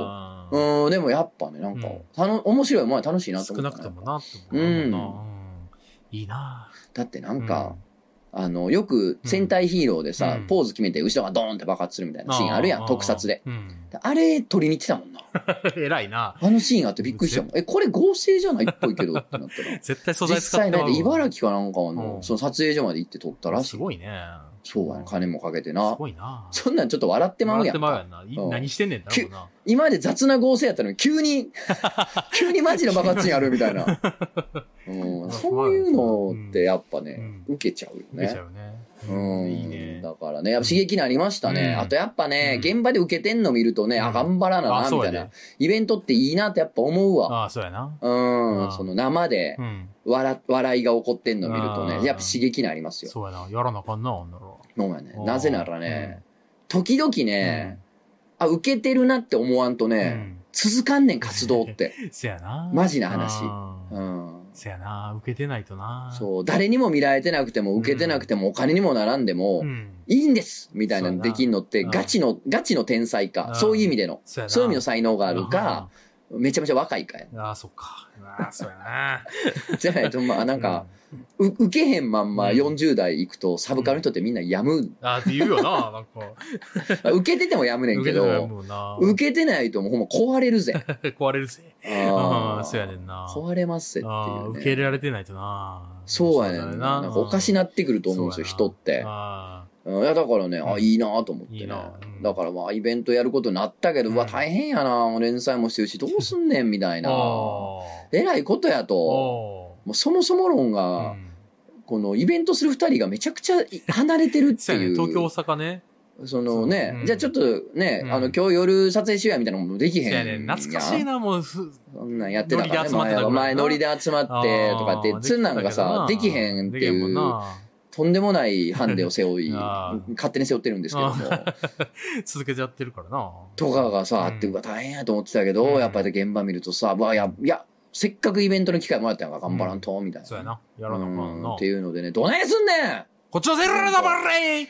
でもやっぱね、なんか、面白いもん楽しいなと思った、 少なくともなって思うな。いいな。 だってなんか、よく戦隊ヒーローでさ、ポーズ決めて後ろがドーンって爆発するみたいなシーンあるやん、特撮で。あれ撮りに行ってたもんな。 偉いな。 あのシーンあってびっくりしたもん。これ合成じゃないっぽいけどってなったら。 絶対素材使って実際ね、茨城かなんかその撮影所まで行って撮ったらしい。 すごいね。 そうやね、金もかけてな。 すごいな。 そんなんちょっと笑ってまうやん。 笑ってまうやんな。何してんねんだろうな。 今まで雑な合成やったのに急にマジの爆発にあるみたいな。そういうのってやっぱね、受けちゃうよね。 受けちゃうね。いいね。 だからね、やっぱ刺激になりましたね。あとやっぱね、現場で受けてんの見るとね、頑張らなな、みたいな。イベントっていいなってやっぱ思うわ。 ああ、そうやな。 その生で、笑いが起こってんの見るとね、やっぱ刺激になりますよ。 そうやな。やらなあかんな、なんだろう。そうやね。なぜならね、時々ね、受けてるなって思わんとね、続かんねん、活動って。 せやな。 マジな話。 せやな。受けてないとな。 そう。誰にも見られてなくても、受けてなくても、お金にもならんでも、いいんですみたいなのできんのって、ガチの天才か。そういう意味での。そういう意味の才能があるか、めちゃめちゃ若いかや。 ああ、そっか。そうやな。 じゃないと、なんか、受けへんまんま40代行くと、サブカルの人ってみんなやむ。 ああ、って言うよな、なんか。 受けててもやむねんけど、受けてないともうほんま壊れるぜ。 壊れるぜ。ああ、そうやねんな。 壊れますぜっていう、 受け入れられてないとな。 そうやねんな。なんかおかしなってくると思うんですよ、人って。いや、だからね、いいなと思ってね。だからまあ、イベントやることになったけど、大変やな、連載もしてるし、どうすんねん、みたいな。えらいことやと。もうそもそも論が、このイベントする二人がめちゃくちゃ離れてるっていう。 東京、大阪ね。 そのね、じゃあちょっとね、今日夜撮影しようやみたいなのもできへん。 懐かしいな、もう。そんなんやってたからね。前ノリで集まってとかって、つんなんがさ、できへんっていう。とんでもないハンデを背負い、勝手に背負ってるんですけども。 続けてやってるからな。 とかがさ、あって、大変やと思ってたけど、やっぱり現場見るとさ、いや、せっかくイベントの機会もらったんやから頑張らんと、みたいな。 そうやな。やらなあかんな。 っていうのでね、どないすんねんこっちのセルラだばれ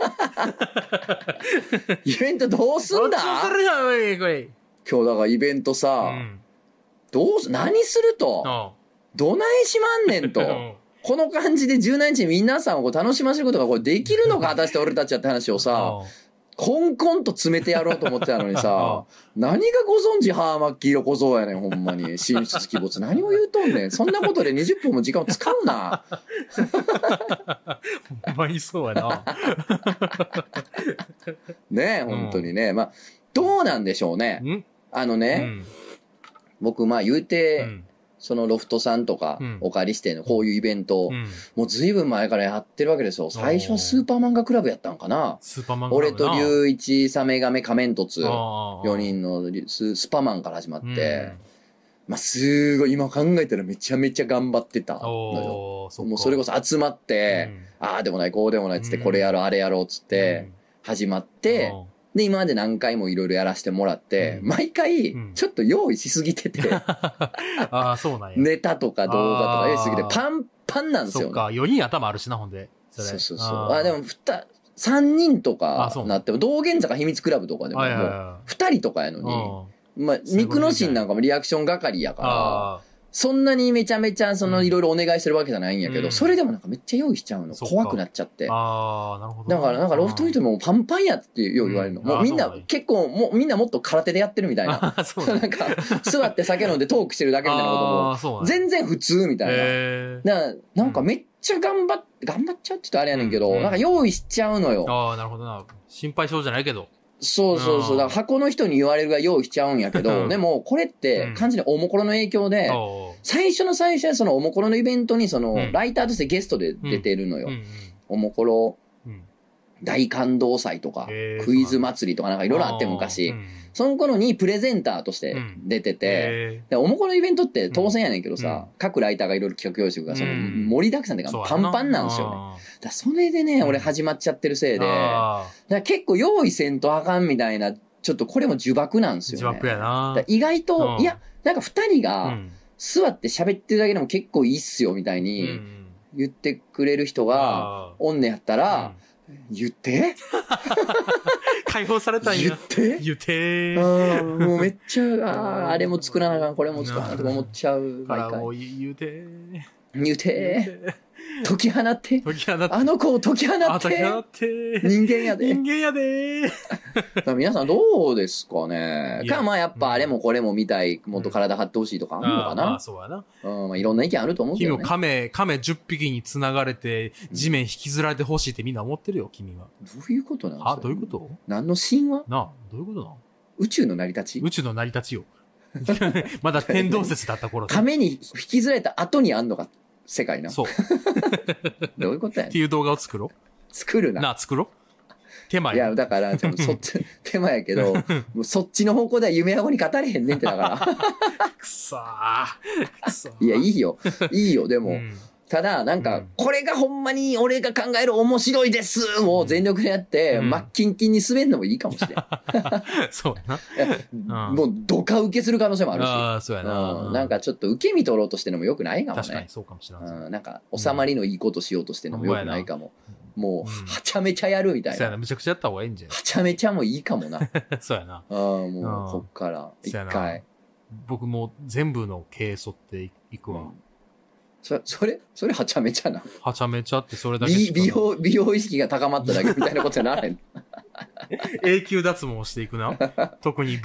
イベントどうすんだこっちのセルラだこれ。 今日だからイベントさ、何すると、どないしまんねんと。この感じで17日皆さんを楽しませることがこれできるのか果たして俺たちやって話をさ、コンコンと詰めてやろうと思ってたのにさ、何がご存知ハーマッキーロ小僧やねん、ほんまに。神出鬼没。何を言うとんねん。そんなことで20分も時間を使うな。 ほんまにそうやな。 ねえ、本当にね。まあ、どうなんでしょうね。僕、言うて、そのロフトさんとかお借りしてのこういうイベント、もうずいぶん前からやってるわけですよ。最初はスーパー漫画クラブやったんかな。俺と龍一、サメガメ、仮面凸、4人のスパマンから始まって、すごい今考えたらめちゃめちゃ頑張ってたのよ。もうそれこそ集まって、ああでもない、こうでもないっつって、これやろう、あれやろうっつって、始まって、で、今まで何回もいろいろやらせてもらって、毎回、ちょっと用意しすぎてて、ネタとか動画とか用意しすぎて、パンパンなんですよ。 そっか、4人頭あるしな、ほんで。 そうそうそう。でも、3人とかなっても、道玄坂秘密クラブとかでも、もう、2人とかやのに、肉のシーンなんかもリアクション係やから、そんなにめちゃめちゃ、いろいろお願いしてるわけじゃないんやけど、それでもなんかめっちゃ用意しちゃうの。怖くなっちゃって。 なるほど。 だからなんかロフトミートもパンパンやってよう言われるの。もうみんな結構、みんなもっと空手でやってるみたいな。なんか、座って酒飲んでトークしてるだけみたいなことも、全然普通みたいな。なんかめっちゃ頑張っちゃうって言うとあれやねんけど、なんか用意しちゃうのよ。 なるほどな。心配性じゃないけど。 そう。だから箱の人に言われるが用意しちゃうんやけど、でもこれって完全におもころの影響で、最初はそのおもころのイベントにライターとしてゲストで出てるのよ。おもころ大感動祭とか、クイズ祭りとかなんかいろいろあって昔。その頃にプレゼンターとして出てて、おもころイベントって当然やねんけどさ、各ライターがいろいろ企画用意してるから、盛りだくさんでパンパンなんですよね。だそれでね、俺始まっちゃってるせいで、結構用意せんとあかんみたいな、ちょっとこれも呪縛なんですよね。 呪縛やな。 意外と、いや、なんか二人が座って喋ってるだけでも結構いいっすよみたいに言ってくれる人がおんねやったら、 言って解放されたんや。言ってもうめっちゃ、あれも作らなあかん、これも作らなとか思っちゃう。 からもう言うて解き放って。あの子を解き放って。人間やで。皆さんどうですかね。まあやっぱあれもこれも見たい、もっと体張ってほしいとかあるのかな。 まあそうやな。 まあいろんな意見あると思うけどね。 君も亀10匹に繋がれて、地面引きずられてほしいってみんな思ってるよ、君は。 どういうことなの？ どういうこと？ 何の神話？ どういうことなの？ 宇宙の成り立ち？ 宇宙の成り立ちよ。まだ天動説だった頃。 亀に引きずられた後にあんのか。世界な。 そう。 どういうことやねん。 っていう動画を作ろう。 作るな。 作ろう。手前。 いや、だから、そっち、手前やけど、もうそっちの方向では夢やごに語れへんねんってだから。 くそー。 いや、いいよ。でも。ただ、なんか、これがほんまに俺が考える面白いですを全力でやって、マッキンキンに滑るのもいいかもしれん。 そうやな。 もう、ドカ受けする可能性もあるし。 そうやな。 なんかちょっと受け身取ろうとしてるのも良くないかもね。 確かにそうかもしれない。 なんか、収まりのいいことしようとしてるのも良くないかも。もう、はちゃめちゃやるみたいな。 そうやな。むちゃくちゃやった方がいいんじゃん。 はちゃめちゃもいいかもな。 そうやな。 もう、こっから、一回。 僕も全部の経営沿っていくわ。 それはちゃめちゃな。 はちゃめちゃってそれだけ美容意識が高まっただけみたいなことにならへん。 永久脱毛していくな。特に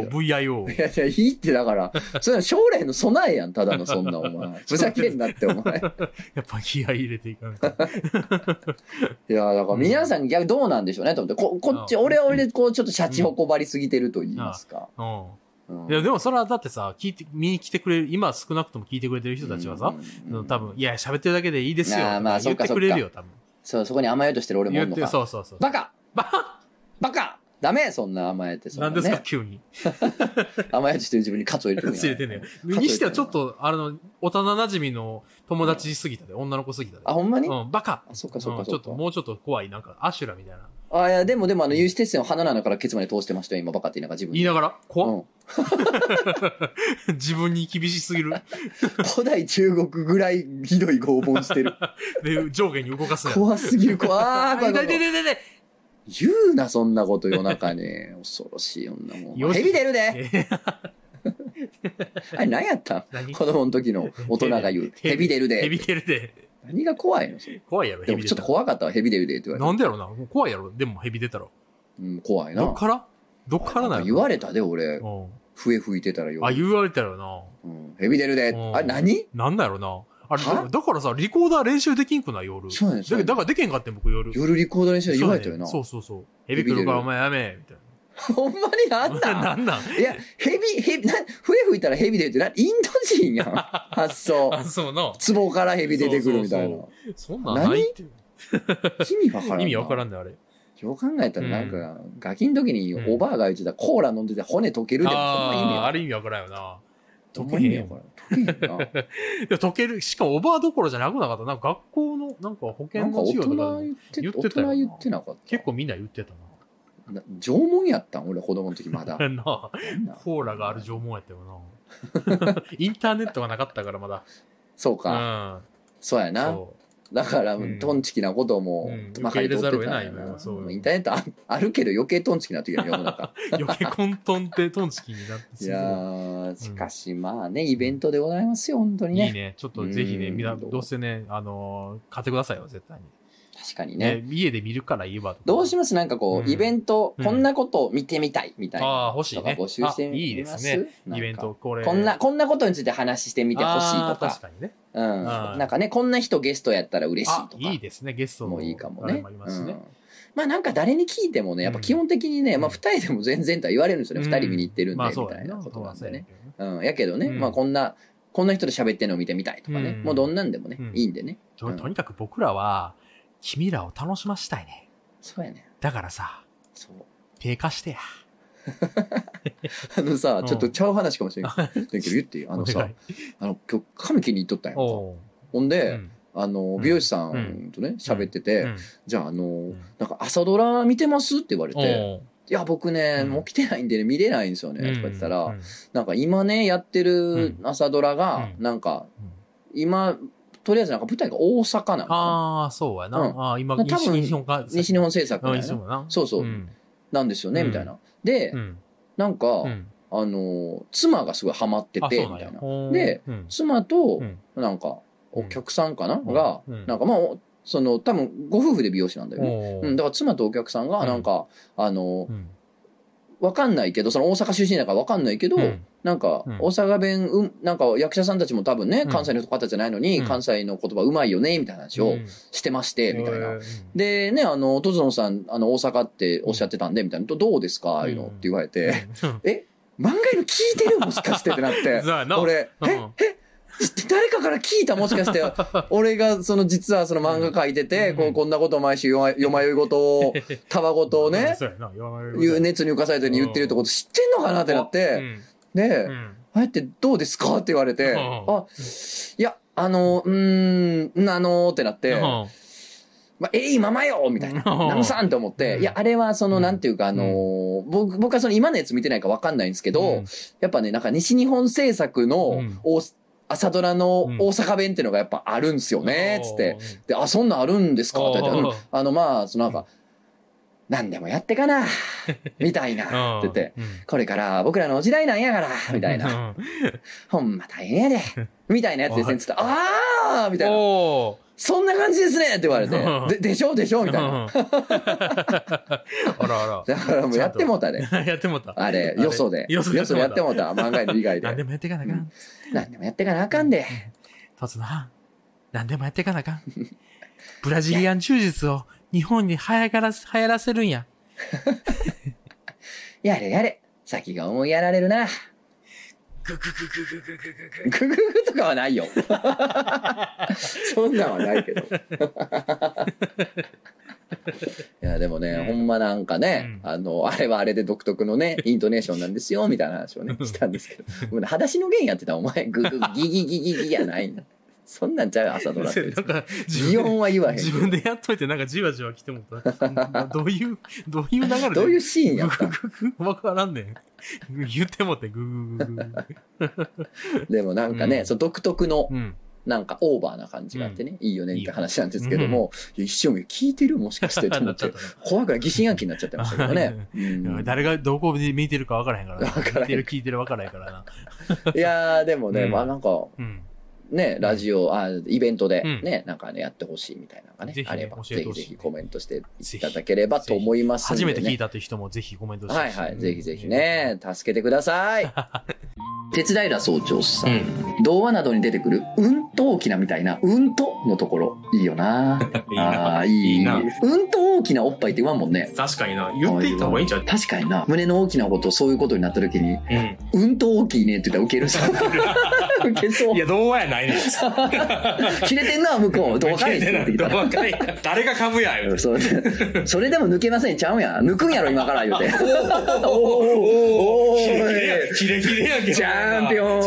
VIO。 いや、いいってだから、それは将来の備えやん、ただのそんなお前。ふざけんなってお前。 やっぱ気合い入れていかんか。 いや、だから皆さん逆どうなんでしょうね、と思って。こっち、俺は俺でこうちょっとシャチホコばりすぎてると言いますか。 いや、でもそれはだってさ、見に来てくれる、今少なくとも聞いてくれてる人たちはさ、多分、いや、喋ってるだけでいいですよ。まあ、言ってくれるよ、多分。 そこに甘えようとしてる俺もおんのか。 そう。 バカダメそんな甘えて何ですか、急に。 甘えようとしてる自分にカツを入れてる。 カツ入れてんねん。にしてはちょっと、幼馴染の友達すぎたで、女の子すぎたで。 あ、ほんまに？ バカ。 そっか。 もうちょっと怖い、なんか、アシュラみたいな。 いや、でも、有刺鉄線を鼻の穴からケツまで通してましたよ、今、バカって言いながら自分言いながら怖っ。自分に厳しすぎる。 古代中国ぐらいひどい拷問してる。 で、上下に動かすやん。 怖すぎる、怖い。 で。 言うな、そんなこと夜中に。恐ろしい女もん。蛇出るで。あれ何やったん？子供の時の大人が言う。蛇出るで。何が怖いの？ 怖いやろ、 でもちょっと怖かったわ、蛇出るでって言われて。 なんでやろな。怖いやろ、でも蛇出たら。 怖いな。 どっからなの？ 言われたで、俺。笛吹いてたらよ。 言われたよな。 蛇出るで。あれ何？ なんだやろな。あれ、だからさ、リコーダー練習できんくない夜。 そうやね。 だからできんかってん僕夜。 夜リコーダー練習で言われたよな。 そう。蛇来るからお前やめ、みたいな。 ほんまになんなんいや、笛吹いたら蛇出るってインド人やん。発想。 そうな。 壺から蛇出てくるみたいな。 そんなんないって。 意味わからん。 意味わからんね、あれ。 よく考えたらなんか、ガキの時におばあが言ってたコーラ飲んでて骨溶けるでもほんま意味あれ意味わからんよな。 溶けへんよ、これ。溶けへんな。 いや、溶ける。しかもおばあどころじゃなくなかった。なんか学校の、なんか保険の授業とか言ってたよ。大人言ってなかった。 結構みんな言ってたな。 縄文やったん俺子供の時まだ。 コーラがある縄文やったよな。インターネットがなかったからまだ。 そうか。そうやな。だから、トンチキなことも、 まかり取ってたんやな。 インターネットあるけど余計トンチキな時は世の中。 余計混沌ってトンチキになっていやー、しかしまあね、イベントでございますよ、本当にね。 いいね。ちょっとぜひね、みんな、どうせね、買ってくださいよ、絶対に。 確かにね。 家で見るから言えば。 どうしますなんかこう、イベント、こんなことを見てみたいみたいな。 ああ、欲しいね。 募集してみます。 いいですね。イベント、これ。 こんなことについて話してみてほしいとか。 確かにね。 なんかね、こんな人ゲストやったら嬉しいとか。 いいですね、ゲストもいいかもね。 まあなんか誰に聞いてもね、やっぱ基本的にね、まあ二人でも全然とは言われるんですよね。二人見に行ってるんで、みたいなことなんでね。やけどね、まあこんな人で喋ってんのを見てみたいとかね。もうどんなんでもね、いいんでね。 とにかく僕らは、君らを楽しましたいね。 そうやね。 だからさ、手貸してや。 さ、ちょっとちゃう話かもしれんけど、言っていい今日、髪切りに行っとったんやんか。ほんで、美容師さんとね、喋ってて、じゃあ、なんか朝ドラ見てますって言われて、いや、僕ね、もう来てないんでね、見れないんですよね、とか言ったら、なんか今ね、やってる朝ドラが、なんか、今、 とりあえずなんか舞台が大阪なのかな。 ああ、そうやな。ああ、今、 多分西日本か。 西日本制作みたいな。 そうそうそう。なんですよね、みたいな。で、なんか、妻がすごいハマってて、みたいな。で、妻と、なんか、お客さんかなが、なんかまあ、多分、ご夫婦で美容師なんだよね。だから妻とお客さんが、なんか、わかんないけど、その大阪出身だからわかんないけど、なんか、大阪弁、なんか役者さんたちも多分ね、関西の方じゃないのに、関西の言葉うまいよね、みたいな話をしてまして、みたいな。で、ね、トゾンさん、大阪っておっしゃってたんで、みたいな。どうですかああいうのって言われて、漫画の聞いてるもしかしてってなって、俺、誰かから聞いたもしかして、俺が実は漫画書いてて、こんなことを毎週よまよいごとを、たわごとをね、熱に浮かされたように言ってるってこと知ってんのかなってなって、で、あれってどうですかって言われて、いや、ってなって、まあ、ままよみたいな。ナムさんって思って、いや、あれはなんていうか僕は今のやつ見てないかわかんないんですけど、やっぱね、なんか西日本制作の朝ドラの大阪弁っていうのがやっぱあるんですよね、つって。で、そんなんあるんですかって言って、まあ、なんか、何でもやってかな、みたいな、って言って、これから僕らの時代なんやから、みたいな。ほんま大変やで、みたいなやつですね、つって、あーみたいな。そんな感じですねって言われて、でしょみたいな。あら。だからもうやってもうたね。 やってもうた。 あれ、よそでやってもうた。漫画の以外で。 何でもやってかなあかん。 何でもやってかなあかんで。 とつな。何でもやってかなあかん。ブラジリアン柔術を日本に流行らせるんや。 やれ。先が思いやられるな。ググとかはないよ。そんなんはないけど。いや、でもね、ほんまなんかね、あれはあれで独特のね、イントネーションなんですよ、みたいな話をね、したんですけど。裸足の弦やってたらお前、ギギやないんだ。そんなんちゃう朝ドラって。なんか、擬音は言わへん。 自分でやっといて、なんかじわじわ来てもた。どういう流れでどういうシーンやったわからんねん。言ってもって、ググ。 でもなんかね、独特の、なんかオーバーな感じがあってね、いいよねって話なんですけども、一瞬聞いてるもしかしてと思って、怖くない疑心暗鬼になっちゃってましたけどね。 誰がどこで見てるか分からへんからな。聞いてる分からへんからな。 いやー、でもね、まあなんか、ね、ラジオ、イベントでね、なんかね、やってほしいみたいなのがね、あれば、ぜひぜひコメントしていただければと思いますんで、ね。 初めて聞いたという人もぜひコメントしてはいはい、ぜひぜひね、助けてください。鉄平総長さん、童話などに出てくる、と大きなみたいな、とのところ、いいよな。いいな。と大きなおっぱいって言わんもんね。 確かにな。言っていった方がいいんちゃう？ 確かにな。胸の大きなこと、そういうことになった時に、と大きいねって言ったらウケるさ。ウケそう。 いや、童話やないねん。 切れてんな、向こう。童話かいって言ってきた。 誰が噛むや、言うて。それでも抜けませんちゃうやん。抜くんやろ、今から言うて。 キレキレやけど。 チャンピオン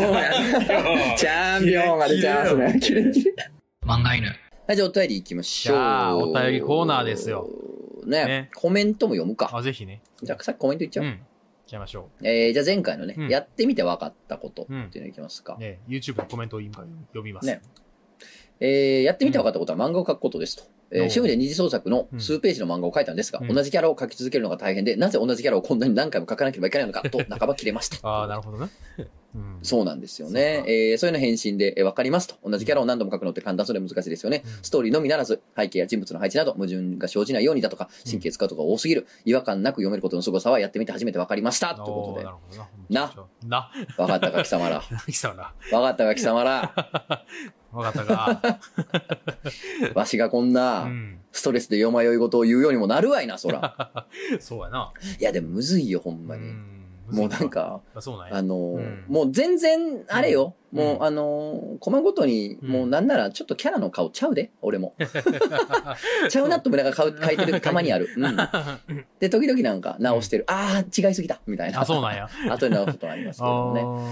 が出ちゃいますね。キレキレ。 漫画犬。 はい、じゃあお便り行きましょう。 お便りコーナーですよ。 ね。コメントも読むか。 ぜひね。 じゃあさっきコメントいっちゃう。 いっちゃいましょう。 じゃあ前回のね、やってみて分かったことっていうのいきますか。 YouTube のコメントを読みます。 ね。やってみて分かったことは漫画を描くことですと。趣味で二次創作の数ページの漫画を描いたんですが、同じキャラを描き続けるのが大変で、なぜ同じキャラをこんなに何回も描かなければいけないのかと半ば切れました。 なるほどね。 そうなんですよね。そういうの返信で、わかりますと。同じキャラを何度も描くのって簡単そうで難しいですよね。ストーリーのみならず、背景や人物の配置など矛盾が生じないようにだとか、神経使うとか多すぎる。違和感なく読めることの凄さはやってみて初めてわかりました。ということで。わかったか貴様ら。わかったか貴様ら。 わかったか。 わしがこんな、ストレスでよまよい事を言うようにもなるわいな、そら。 そうやな。 いや、でもむずいよ、ほんまに。もうなんか、もう全然、あれよ。もうコマごとに、もうなんならちょっとキャラの顔ちゃうで、俺も。ちゃうなと思いながら描いてるたまにある。で、時々なんか直してる。違いすぎたみたいな。 そうなんや。 後で直すことありますけどね。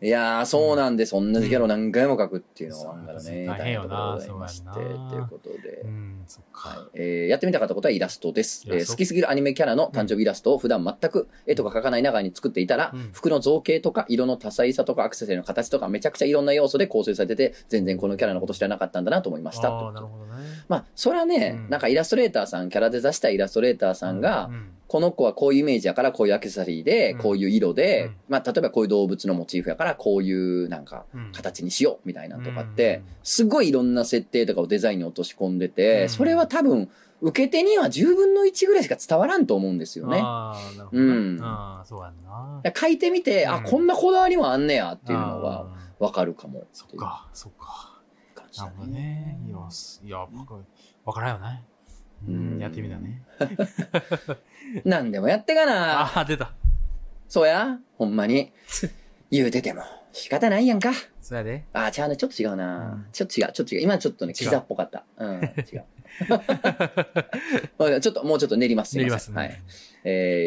いやー、そうなんです。同じキャラを何回も書くっていうのは、なんだろうね。 大変よな、 大変なところでございまして、ということで。 そっか。 はい。やってみたかったことはイラストです。好きすぎるアニメキャラの誕生日イラストを普段全く絵とか描かない中に作っていたら、服の造形とか色の多彩さとかアクセサリーの形とかめちゃくちゃいろんな要素で構成されてて、全然このキャラのこと知らなかったんだなと思いました。 ああ、なるほどね。 まあ、それはね、なんかイラストレーターさん、キャラデザしたイラストレーターさんが、この子はこういうイメージやからこういうアクセサリーで、こういう色で、まあ、例えばこういう動物のモチーフやからこういうなんか形にしようみたいなとかって、すごいいろんな設定とかをデザインに落とし込んでて、それは多分、受け手には10分の1ぐらいしか伝わらんと思うんですよね。 ああ、なるほど、ね。ああ、そうやんな。 書いてみて、あ、こんなこだわりもあんねやっていうのがわかるかも。 そっか、そっか。なるほどね。いや、わからんよね。やってみたね。 なんでもやってかな。 ああ、出た。 そうや、ほんまに。言うてても仕方ないやんか。 そうやで。 ああ、ちゃうね。ちょっと違うな。ちょっと違う。今ちょっとね、キザっぽかった。違う。ちょっと、もうちょっと練ります。 練りますね。 はい。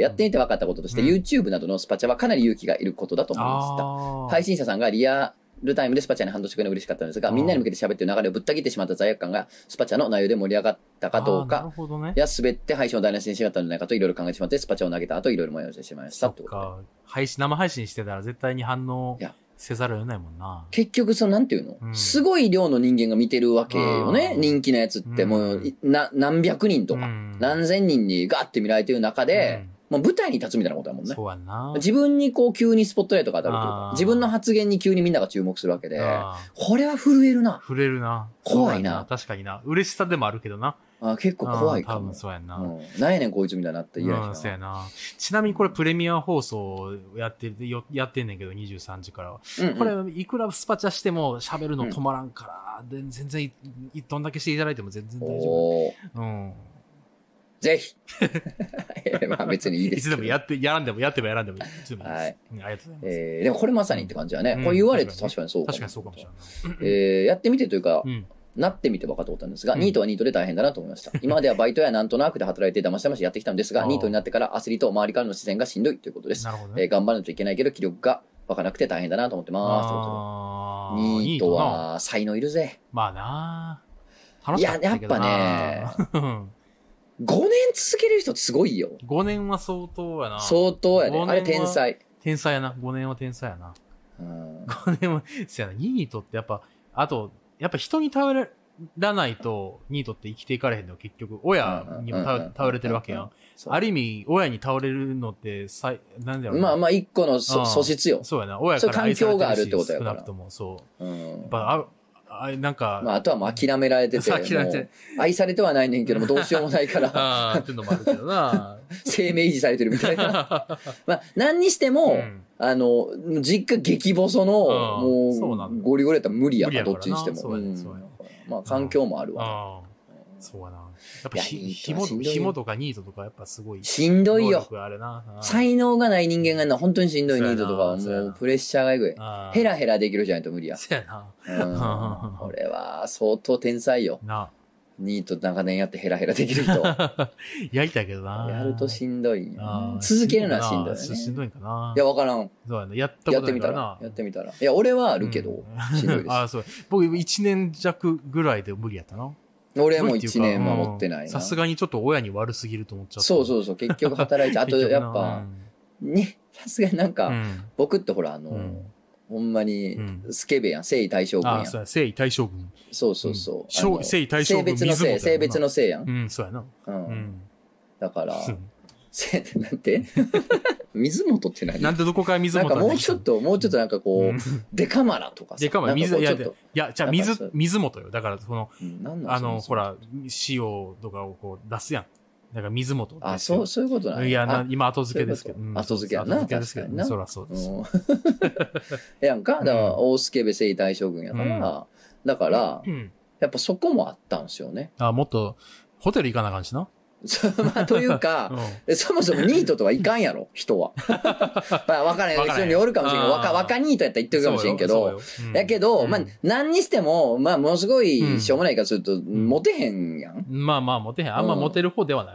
やってみて分かったこととして、YouTube などのスパチャはかなり勇気がいることだと思いました。配信者さんがリアルタイムでスパチャに反応してくれるの嬉しかったんですが、みんなに向けて喋ってる流れをぶった切ってしまった罪悪感が、スパチャの内容で盛り上がったかどうか、や滑って配信を台無しにしなかったんじゃないかといろいろ考えてしまって、スパチャを投げた後いろいろ迷いしてしまいました。 そっか。生配信してたら絶対に反応せざるを得ないもんな。 結局なんていうの、すごい量の人間が見てるわけよね。人気なやつって、もう、何百人とか、何千人にガッて見られてる中で、もう舞台に立つみたいなことだもんね。 そうやんな。 自分にこう急にスポットライトが当たるというか、自分の発言に急にみんなが注目するわけで、これは震えるな。 震えるな。 怖いな。 確かにな。嬉しさでもあるけどな。 結構怖いかも。 多分そうやんな。 なんやねんこいつみたいになって嫌やしな。 そうやな。ちなみにこれプレミア放送やってんねんけど、23時からは。これ、いくらスパチャしても喋るの止まらんから、全然、どんだけしていただいても全然大丈夫。 ぜひ。まあ別にいいです。 いつでもやってもやってもやらんでもいい。 はい。 ありがとうございます。 でもこれまさにって感じだね。これ言われて確かにそうかも。 確かにそうかもしれない。 やってみてというか、なってみて分かったことなんですが、ニートはニートで大変だなと思いました。今まではバイトやなんとなくで働いて騙し騙しやってきたんですが、ニートになってから焦りと周りからの視線がしんどいということです。なるほどね。頑張らないといけないけど、気力が湧かなくて大変だなと思ってます。ニートは才能いるぜ。 まあなぁ。いや、 やっぱね、5年続けれる人ってすごいよ。 5年は相当やな。 相当やね。あれ天才。 天才やな。5年は天才やな。5年は、そうやな。ニートってやっぱ、あと、やっぱ人に頼らないと、ニートって生きていかれへんの結局、親にも頼れてるわけやん。ある意味、親に頼れるのって、なんだろうな。まあ、一個の素質よ。 そうやな。親から愛されてるし。環境があるってことやから。 少なくとも、そう。やっぱ、なんか。 まあ、あとはもう諦められてて。愛されてはないねんけども、どうしようもないから。 ああ、っていうのもあるけどな。 生命維持されてるみたいな。まあ、何にしても、実家激細の、もう、ゴリゴリやったら無理やから、どっちにしても。まあ、環境もあるわ。 そうやな。やっぱ紐とかニートとかやっぱすごい。 しんどいよ。才能がない人間がやるのは本当にしんどいニートとかはもうプレッシャーがえぐい。ヘラヘラできるじゃないと無理や。 そうやな。 これは相当天才よ。ニート長年やってヘラヘラできる人。 やりたいけどな。 やるとしんどい。続けるのはしんどいね。 しんどいんかな。 いや、わからん。 そうやな。やったことないからな。 やってみたら。いや、俺はあるけど、しんどいです。 ああ、そう。僕1年弱ぐらいで無理やったな。 俺も1年守ってないな。 さすがにちょっと親に悪すぎると思っちゃった。 そう。結局働いて、あとやっぱ、ね、さすがになんか、僕ってほら、ほんまに、スケベやん。征夷大将軍やん。 そうや、征夷大将軍。 そう。 征夷大将軍。 性別の性やん。 そうやな。 だから、なんて水元って何なんでどこから水元なんかもうちょっとなんかこう、デカマラとかさ。 デカマラ、水元よ。だから、ほら、塩とかをこう出すやん。だから水元。 あ、そういうことなんいや、今後付けですけど。 後付けやな。 後付けですけど。そらそうです。 やんかだから、大助部征夷大将軍やから、だから、やっぱそこもあったんですよね。 もっと、ホテル行かなあかんしな。 まあ、というか、そもそもニートとはいかんやろ、人は。まあ、わからん。後ろにおるかもしれんけど、若ニートやったら言ってるかもしれんけど、やけど、まあ、何にしても、まあ、ものすごい、しょうもないからすると、モテへんやん。 まあ、モテへん。あんまモテる方ではないわな。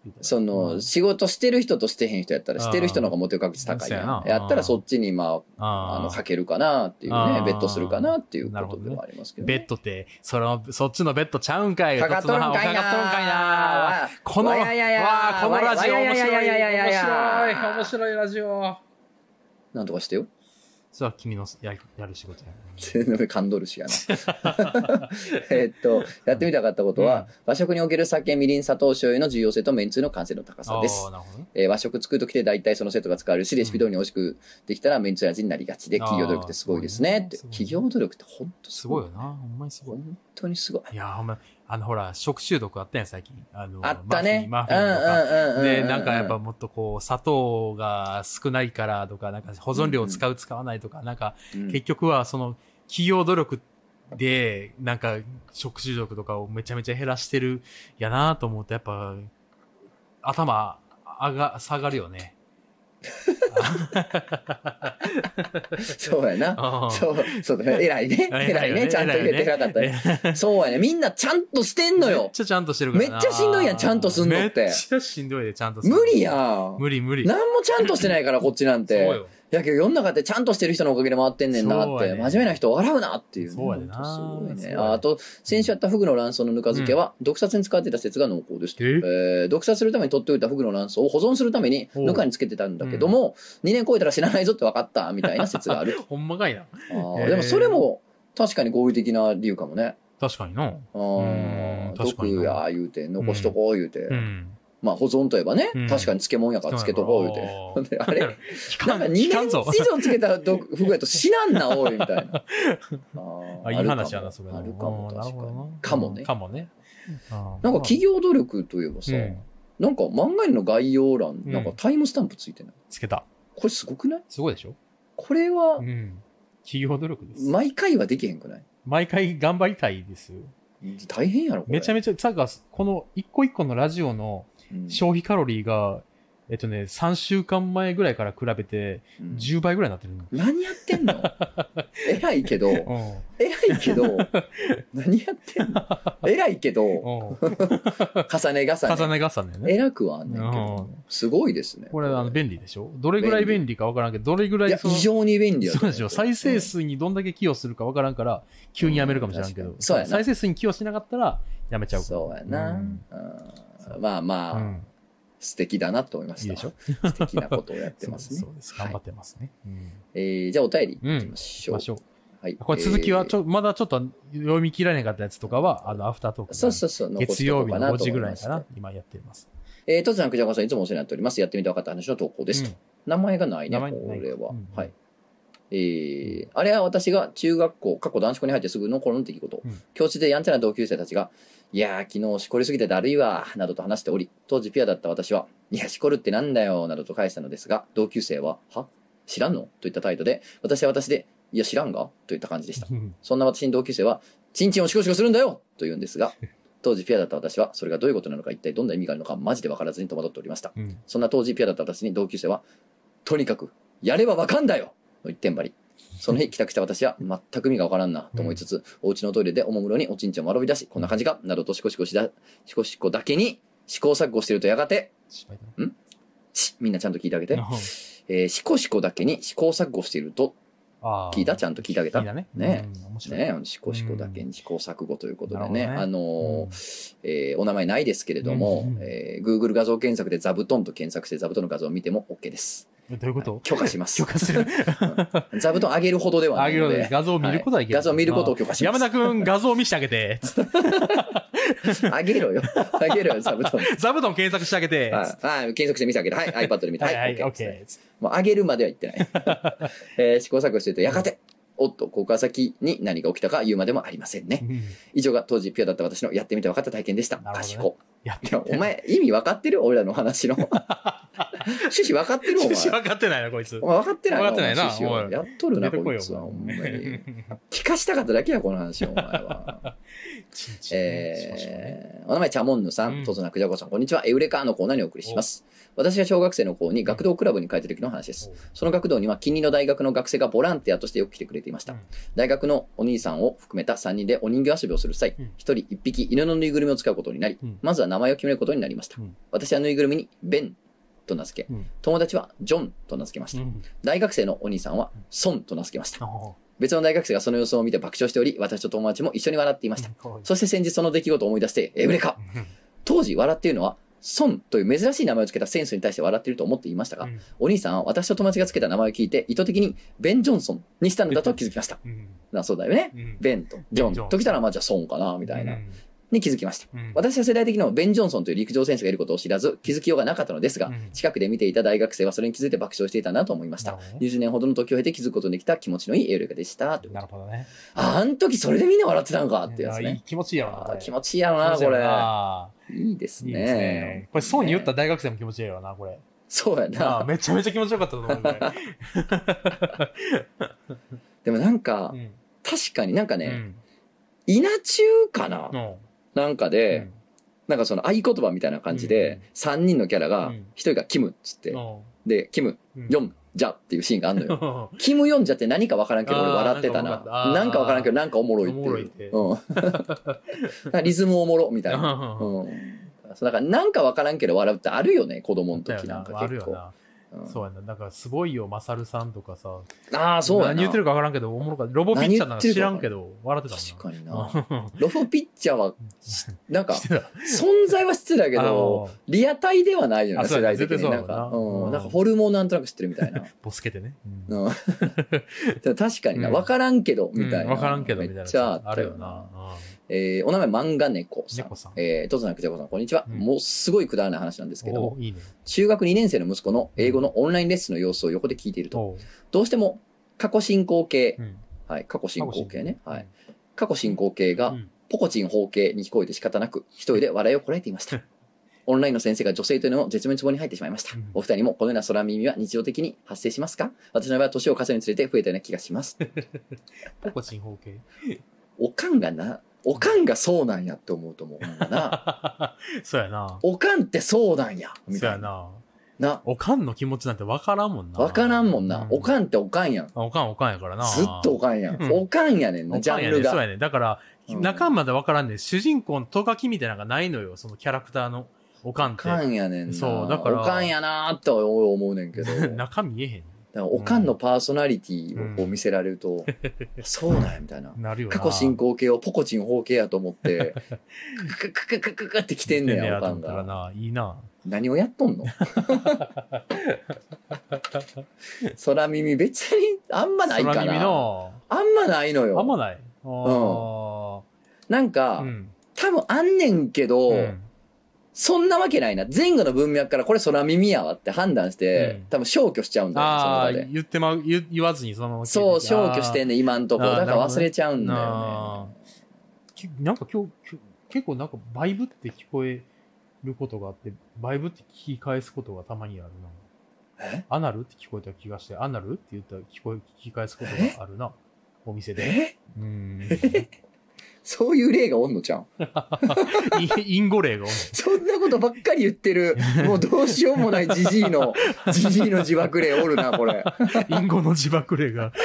その、仕事してる人としてへん人やったら、してる人の方がモテる確率高いやん。やったらそっちに、まあ、かけるかなっていうね、ベッドするかなっていうことではありますけど、ね。 ベッドって、そっちのベッドちゃうんかい。 かかっとるんかいな。 このラジオ面白い。面白いラジオ。 なんとかしてよ。 それは君のやる仕事や。 感動るしやな。やってみたかったことは、和食における酒、みりん、砂糖、醤油の重要性とめんつゆの完成の高さです。和食作るときで大体そのセットが使われるし、レシピ通りに美味しくできたらめんつゆ味になりがちで、企業努力ってすごいですね。って。企業努力って本当すごいよな。ほんまにすごい。 本当にすごい。 いや、ほんま、ほら、食中毒あったやん、最近。 あったね。 マフィンとか。で、なんかやっぱもっとこう、砂糖が少ないからとか、なんか保存料を使わないとか、なんか、結局はその、企業努力で、なんか、食中毒とかをめちゃめちゃ減らしてるやなと思うと、やっぱ、頭、下がるよね。 そうやな。そうだね。偉いね。偉いね。ちゃんと入れてなかったね。そうやね。みんなちゃんとしてんのよ。 めっちゃちゃんとしてるからめっちゃしんどいやん、ちゃんとすんのって。 めっちゃしんどいで、ちゃんとする。 無理やん。 無理。 何もちゃんとしてないから、こっちなんて。そうよ。やけど世の中ってちゃんとしてる人のおかげで回ってんねんなって、真面目な人笑うなっていう。 そうやね。 すごいね。あと、先週やったフグの卵巣のぬか漬けは、毒殺に使っていた説が濃厚です。毒殺するために取っておいたフグの卵巣を保存するためにぬかにつけてたんだけども、2年超えたら死なないぞって分かったみたいな説がある。 ほんまかいな。 でもそれも確かに合理的な理由かもね。 確かにな。 毒や言うて、残しとこう言うて。まあ保存といえばね、確かに漬物やから漬けとこう言うて。あれなんか2年以上漬けたフグやと死なんな、おい、みたいな。 いい話やな、それ。 あるかも、確かに。かもね。 かもね。 なんか企業努力といえばさ、なんか漫画の概要欄、なんかタイムスタンプついてない？ つけた。 これすごくない？ すごいでしょ？ これは、 企業努力です。 毎回はできへんくない？ 毎回頑張りたいです。 大変やろ、これ。 めちゃめちゃ、この一個一個のラジオの消費カロリーが、3週間前ぐらいから比べて、10倍ぐらいになってる。 何やってんの？偉いけど、何やってんの？偉いけど、重ねね。偉くはあんねんけど、すごいですね。 これ、便利でしょ？どれぐらい便利かわからんけど、どれぐらい異常に便利や。 そうでしょ。再生数にどんだけ寄与するかわからんから、急にやめるかもしれんけど、再生数に寄与しなかったら、やめちゃうから。 そうやな。まあまあ、素敵だなと思いました。いいでしょ？素敵なことをやってますね。 そうです。頑張ってますね。 じゃあお便り行きましょう。 はい。これ続きはまだちょっと読み切られなかったやつとかは、アフタートーク。 そう。 月曜日の5時ぐらいかな。今やってます。 とつさん、くじゃこさん、いつもお世話になっております。やってみて分かった話の投稿です。名前がないね、これは。はい。あれは私が中学校、過去男子校に入ってすぐの頃の出来事。教室でやんちゃな同級生たちが、いやー、昨日しこりすぎてだるいわ、などと話しており、当時ピュアだった私は、いや、しこるってなんだよ、などと返したのですが、同級生は、は？知らんの？といった態度で、私は私で、いや、知らんが？といった感じでした。そんな私に同級生は、チンチンをシコシコするんだよと言うんですが、当時ピュアだった私は、それがどういうことなのか、一体どんな意味があるのか、マジで分からずに戸惑っておりました。そんな当時ピュアだった私に同級生は、とにかく、やればわかんだよの一点張り。その日帰宅した私は全く意味がわからんなと思いつつ、お家のトイレでおもむろにおちんちんを丸び出し、こんな感じかなどとシコシコだけに試行錯誤しているとやがて、みんなちゃんと聞いてあげて。シコシコだけに試行錯誤していると、聞いた？ちゃんと聞いてあげた？ねシコシコだけに試行錯誤ということでね。お名前ないですけれども、Google 画像検索で座布団と検索して座布団の画像を見ても OK です。 どういうこと？ 許可します。 許可する。 座布団上げるほどではないので。 画像を見ることはいけない。 画像を見ることを許可します。 山田くん、画像を見せてあげて。 あげろよ、座布団。 座布団検索してあげて。 検索して見せてあげる。はい、iPad で見て。はい、 OK。 もう上げるまでは言ってない。試行錯誤してると、やがて、おっと、ここから先に何が起きたか言うまでもありませんね。以上が当時ピュアだった私のやってみて分かった体験でした。賢。いや、お前、意味分かってる？俺らの話の。 趣旨分かってるお前。 趣旨分かってないな、こいつ。 お前分かってないな。 分かってないな。 趣旨をやっとるな、こいつは。ほんまに。聞かしたかっただけや、この話、お前は。お名前、チャモンヌさん、とつなくじゃこさん、こんにちは。エウレカのコーナーにお送りします。私が小学生の頃に学童クラブに通った時の話です。その学童には近隣の大学の学生がボランティアとしてよく来てくれていました。大学のお兄さんを含めた3人でお人形遊びをする際、1人1匹犬のぬいぐるみを使うことになり、まずは名前を決めることになりました。私はぬいぐるみにベンと名付け、友達はジョンと名付けました。大学生のお兄さんはソンと名付けました。別の大学生がその様子を見て爆笑しており、私と友達も一緒に笑っていました。そして先日その出来事を思い出して、エウレカ当時笑っているのは、ソンという珍しい名前をつけたセンスに対して笑っていると思っていましたが、お兄さんは私と友達がつけた名前を聞いて、意図的にベン・ジョンソンにしたのだと気づきました。そうだよね。ベンとジョンときたら、まあじゃあソンかな、みたいな。に気づきました。私は世代的にもベン・ジョンソンという陸上選手がいることを知らず、気づきようがなかったのですが、近くで見ていた大学生はそれに気づいて爆笑していたなと思いました。20年ほどの時を経て気づくことのできた気持ちのいいエウレカでした。 なるほどね。 あん時それでみんな笑ってたんかってやつね。 気持ちいいやろな。 気持ちいいやろな、これ。いいですね。 これ、そうに言った大学生も気持ちいいやろな、これ。 そうやな。 めちゃめちゃ気持ちよかったと思う、これ。 でもなんか、確かになんかね、稲中かななんかで、なんかその合言葉みたいな感じで、3人のキャラが、1人がキムっつって、で、キム、ヨン、ジャっていうシーンがあんのよ。キム・ヨンジャって何かわからんけど俺笑ってたな。なんかわからんけどなんかおもろいっていう。リズムおもろみたいな。だからなんかわからんけど笑うってあるよね、子供の時なんか結構。 そうやな。だからすごいよ、マサルさんとかさ。 ああ、そうやな。 何言ってるか分からんけど、おもろかった。ロボピッチャーなんか知らんけど、笑ってたもんな。確かにな。ロボピッチャーは、なんか、存在は知ってたけど、リアタイではないよね、世代的に。なんか、なんかホルモンなんとなく知ってるみたいな。 ボスケてね。 確かにな。分からんけど、みたいな。 分からんけど、みたいな。 めっちゃあるよな。お名前漫画猫さん。とつなくじゃこさん、こんにちは。もうすごいくだらない話なんですけども、中学2年生の息子の英語のオンラインレッスンの様子を横で聞いていると、どうしても過去進行形、はい、過去進行形ね。はい。過去進行形がポコチン包茎に聞こえて仕方なく、一人で笑いをこらえていました。オンラインの先生が女性というのも絶妙に入ってしまいました。お二人もこのような空耳は日常的に発生しますか？私の場合は年を重ねにつれて増えたような気がします。 ポコチン包茎おかんがそうなんやって思うと思うな。 そうやな。 おかんってそうなんや。 そうやな。おかんの気持ちなんてわからんもんな。 わからんもんな。おかんっておかんやん。 おかんやからな。 ずっとおかんやん。おかんやねんな、ジャンルが。 そうやねん。だから、中までわからんねん。主人公のトガキみたいなのがないのよ。そのキャラクターのおかんって。 おかんやねんな。 そう、だから。 おかんやなーって思うねんけど。 中見えへん。 おかんのパーソナリティを見せられると、そうだよ、みたいな。 なるよな。 過去進行形をポコチン包茎やと思って、ククって来てんねや、おかんが。 いいな。 何をやっとんの空耳別にあんまないかな。空耳の。あんまないのよ。 あんまない。 なんか、多分あんねんけど、そんなわけないな。前後の文脈からこれ空耳やわって判断して、多分消去しちゃうんだよ、その場で。 言わずにそのまま。 そう、消去してんね、今んとこ。だから忘れちゃうんだよね。なんか今日、結構なんかバイブって聞こえることがあって、バイブって聞き返すことがたまにあるな。アナルって聞こえた気がして、アナルって言ったら聞き返すことがあるな。お店で。 そういう例がおんのちゃん。 隠語例がおんの。 そんなことばっかり言ってる、もうどうしようもないジジイの自爆例おるな、これ。 隠語の自爆例が。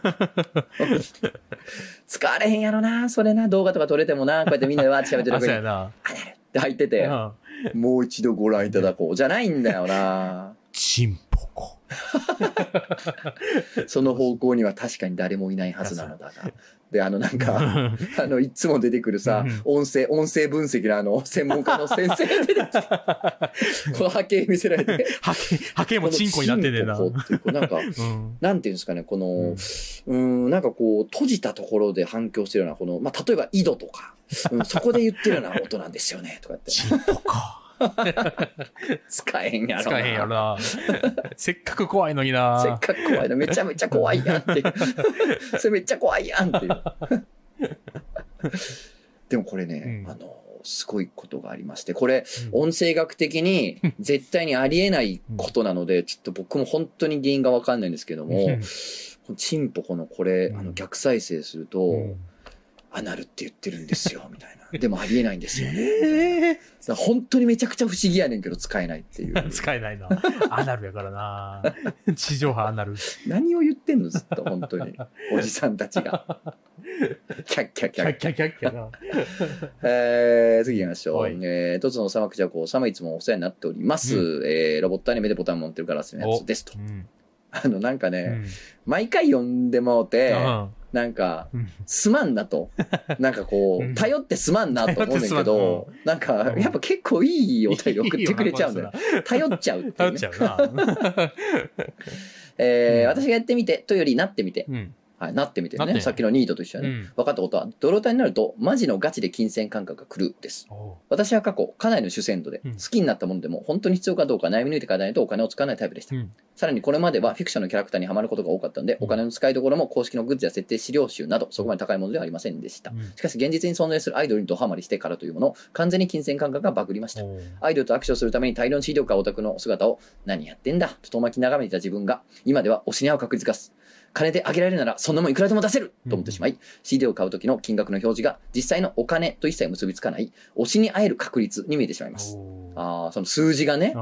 使われへんやろな、それな、動画とか撮れてもな、こうやってみんなでわーって喋ってる時に。 そうやな。 って入ってて、もう一度ご覧いただこう。じゃないんだよな。 チンポコ。 その方向には確かに誰もいないはずなのだが。で、なんか、いつも出てくるさ、音声分析の専門家の先生が出てきて、この波形見せられて。 波形もチンコになってんねんな。 なんか、なんていうんですかね、この、なんかこう、閉じたところで反響してるような、この、まあ、例えば井戸とか、そこで言ってるような音なんですよね、とかって。 チンポか。 使えへんやろな。 使えへんやろな。せっかく怖いのにな。 せっかく怖いの。めちゃめちゃ怖いやんっていう。それめっちゃ怖いやんっていう。でもこれね、 すごいことがありまして、これ、音声学的に絶対にありえないことなので、ちょっと僕も本当に原因がわかんないんですけども、チンポコのこれ、逆再生すると、アナルって言ってるんですよ、みたいな。でもありえないんですよね。本当にめちゃくちゃ不思議やねんけど使えないっていう。 使えないな。アナルやからな。地上波アナル。 何を言ってんのずっと、本当に。おじさんたちが。キャッキャッキャッ。 キャッキャッキャッな。 次行きましょう。とつのさまくじゃこう、さまいつもお世話になっております。ロボットアニメでボタン持ってるガラスのやつですと。なんかね、毎回読んでもうて、なんか、すまんなと。なんかこう、頼ってすまんなと思うんだけど、なんか、やっぱ結構いいお便り送ってくれちゃうんだよ。頼っちゃうっていう、ね。 頼っちゃうな。 私がやってみて、というよりなってみて。はい、なってみてね。さっきのニートと一緒にね。分かったことは、ドロータになると、マジのガチで金銭感覚が来るです。私は過去、かなりの主戦度で、好きになったものでも、本当に必要かどうか悩み抜いてからないとお金を使わないタイプでした。さらにこれまではフィクションのキャラクターにはまることが多かったので、お金の使いどころも公式のグッズや設定資料集など、そこまで高いものではありませんでした。しかし現実に存在するアイドルにドハマりしてからというもの、完全に金銭感覚がバグりました。アイドルと握手をするために大量の CD を買うオタクの姿を、何やってんだと遠巻き眺めていた自分が、今では推しに合う確率が金であげられるならそんなもんいくらでも出せると思ってしまい、CD を買う時の金額の表示が実際のお金と一切結びつかない推しに会える確率に見えてしまいます。その数字がね。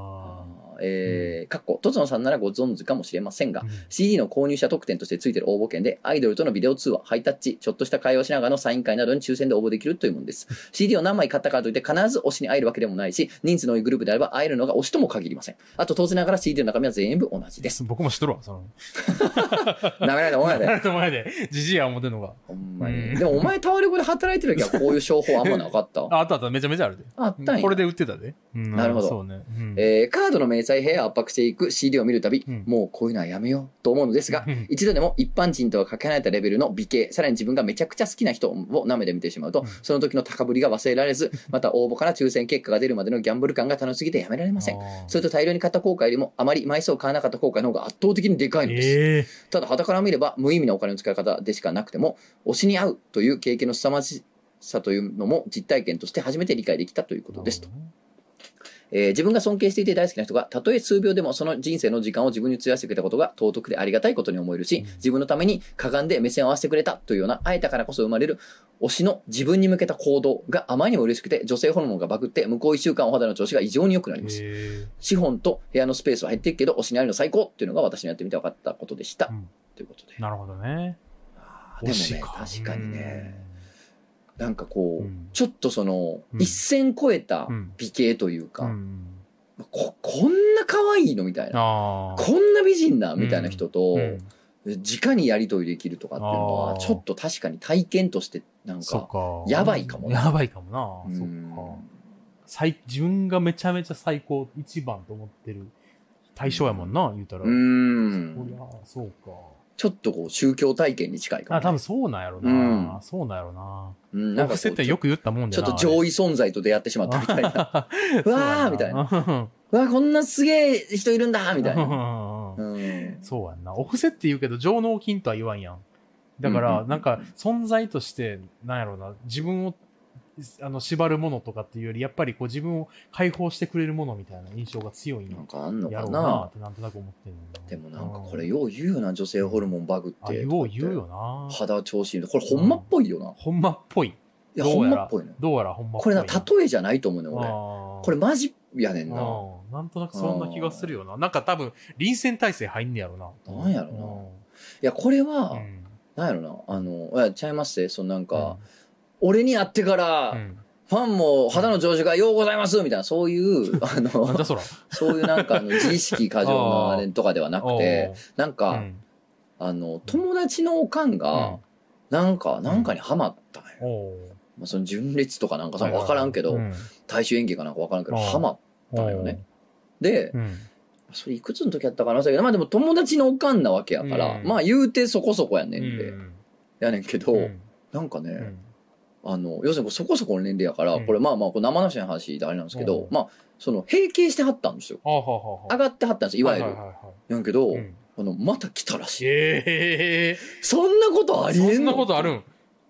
とつのさんならご存知かもしれませんが、CD の購入者特典としてついている応募券で、アイドルとのビデオ通話、ハイタッチ、ちょっとした会話をしながらのサイン会などに抽選で応募できるというものです。CD を何枚買ったからといって必ず推しに会えるわけでもないし、人数の多いグループであれば会えるのが推しとも限りません。あと当然ながら CD の中身は全部同じです。 僕も知っとるわ、その。 なめられたお前で。 なめられたお前で。じじいは思ってんのが。 ほんまに。でもお前タワレコで働いてる時はこういう商法あんまなかったあった、めちゃめちゃあるで。 あったんや。 これで売ってたで。 なるほど。 そうね。 カードの明細部屋を圧迫していく CD を見るたび、もうこういうのはやめようと思うのですが、一度でも一般人とはかけ離れたレベルの美形、さらに自分がめちゃくちゃ好きな人を舐めてみてしまうと、その時の高ぶりが忘れられず、また応募から抽選結果が出るまでのギャンブル感が楽しすぎてやめられません。それと大量に買った後悔よりもあまり枚数を買わなかった後悔の方が圧倒的にでかいのです。ただ傍から見れば無意味なお金の使い方でしかなくても、推しに合うという経験の凄まじさというのも実体験として初めて理解できたということですと。自分が尊敬していて大好きな人が、たとえ数秒でもその人生の時間を自分に費やしてくれたことが尊くでありがたいことに思えるし、自分のためにかがんで目線を合わせてくれたというような、会えたからこそ生まれる推しの自分に向けた行動があまりにも嬉しくて、女性ホルモンがバグって、向こう1週間お肌の調子が異常に良くなります。資本と部屋のスペースは減っていくけど、推しに会えるの最高っていうのが私にやってみて分かったことでした。ということで。 なるほどね。 でもね、確かにね。なんかこう、ちょっとその、一線超えた美形というか、こんな可愛いのみたいな、こんな美人なみたいな人と、直にやり取りできるとかっていうのは、ちょっと確かに体験として、なんか、やばいかもな。やばいかもな。そっか。自分がめちゃめちゃ最高、一番と思ってる対象やもんな、言うたら。そうか。 ちょっとこう宗教体験に近いかも、ね。 多分そうなんやろな。そうなんやろな。なんか接点よく言ったもんでちょっと上位存在と出会ってしまったみたいな。わーみたいな。うわこんなすげえ人いるんだみたいな。 そうやんな。お布施って言うけど上納金とは言わんやん。だから、なんか存在として、なんやろな。自分を縛るものとかっていうより、やっぱりこう自分を解放してくれるものみたいな印象が強いなんかあんのかなってなんとなく思ってる。 でもなんかこれよう言うよな、女性ホルモンバグって。 よう言うよな。 肌調子いいの。これほんまっぽいよな。 ほんまっぽい。いや、ほんまっぽいね。 どうやらほんまっぽい。 これな、例えじゃないと思うね、俺。これマジやねんな。 なんとなくそんな気がするよな。なんか多分、臨戦態勢入んねやろな。 なんやろな。いや、これは、なんやろな。ちゃいますね。そのなんか、俺に会ってから、ファンも肌の調子がようございますみたいな、そういう、そういうなんか自意識過剰なあれとかではなくて、なんか、友達のおかんが、なんかにハマったんよ。まあその純烈とかなんかさ、わからんけど、大衆演劇かなんかわからんけど、ハマったんよね。で、それいくつの時やったかな、まあでも友達のおかんなわけやから、まあ言うてそこそこやねんで、やねんけど、なんかね、要するにそこそこの年齢やから、これまあまあ、生々しい話であれなんですけど、まあ、その、閉経してはったんですよ。上がってはったんですよ、いわゆる。やんけど、また来たらしい。そんなことありえんの？ そんなことあるん？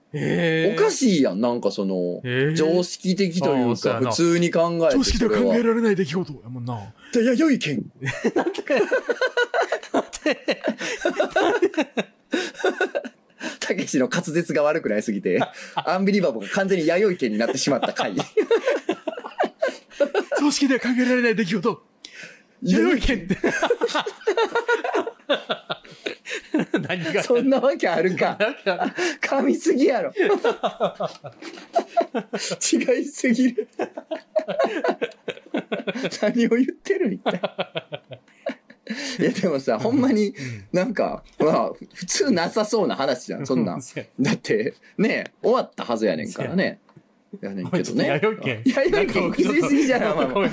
おかしいやん。なんかその、常識的というか、普通に考えて。 常識では考えられない出来事やもんな。 弥生県。なんでたけしの滑舌が悪くなりすぎて、アンビリバボーが完全に弥生県になってしまった回。 常識では考えられない出来事。弥生県って。何がそんなわけあるか。噛みすぎやろ。違いすぎる。何を言ってるみたい。いやでもさ、ほんまになんか、まあ、普通なさそうな話じゃん、そんなん。だって、ね、終わったはずやねんからね。やねんけどね。 弥生県。 弥生県崩れすぎじゃない、お前も。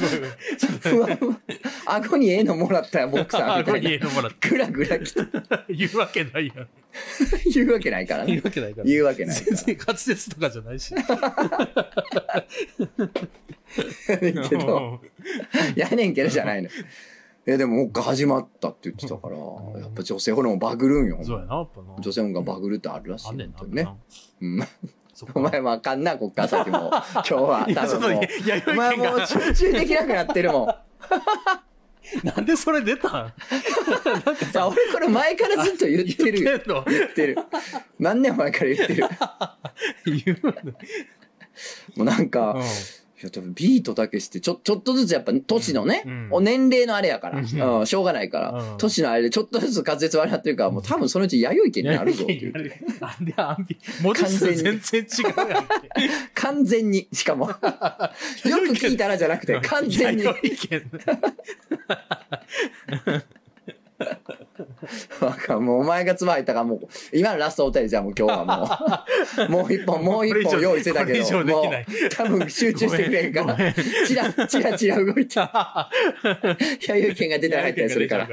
顎にええのもらったよ、ボクサーみたいな。顎にええのもらった。ぐらぐらきた。 言うわけないやん。 言うわけないからね。 言うわけないから。 言うわけないから。 全然滑舌とかじゃないし。 やねんけど、やねんけどじゃないの。でももう一回始まったって言ってたから、やっぱ女性ホルモンバグるんよ。 そうやな、やっぱな。 女性ホルモンがバグるってあるらしい。 あんねんな。 ね。うん。お前もあかんな、こっから先も。今日は。多分もう。お前もう集中できなくなってるもん。 なんでそれ出たんなんかさ、俺これ前からずっと言ってるよ。言ってる。何年前から言ってる。 言うのもうなんか、いや、多分ビートだけして、ちょっとずつやっぱ、年のね、年齢のあれやから、しょうがないから、年のあれでちょっとずつ滑舌悪くなってるから、もう多分そのうち弥生県になるぞっていう。 なんでアンビ、文字数全然違うやんけ。 完全に、しかも。よく聞いたらじゃなくて、完全に。弥生県。もうお前がつば入ったからもう、今のラストお便りじゃあもう今日はもう、もう一本用意してたけど、もう多分集中してくれんから、チラ動いて、弥生県が出たら入ったりするから。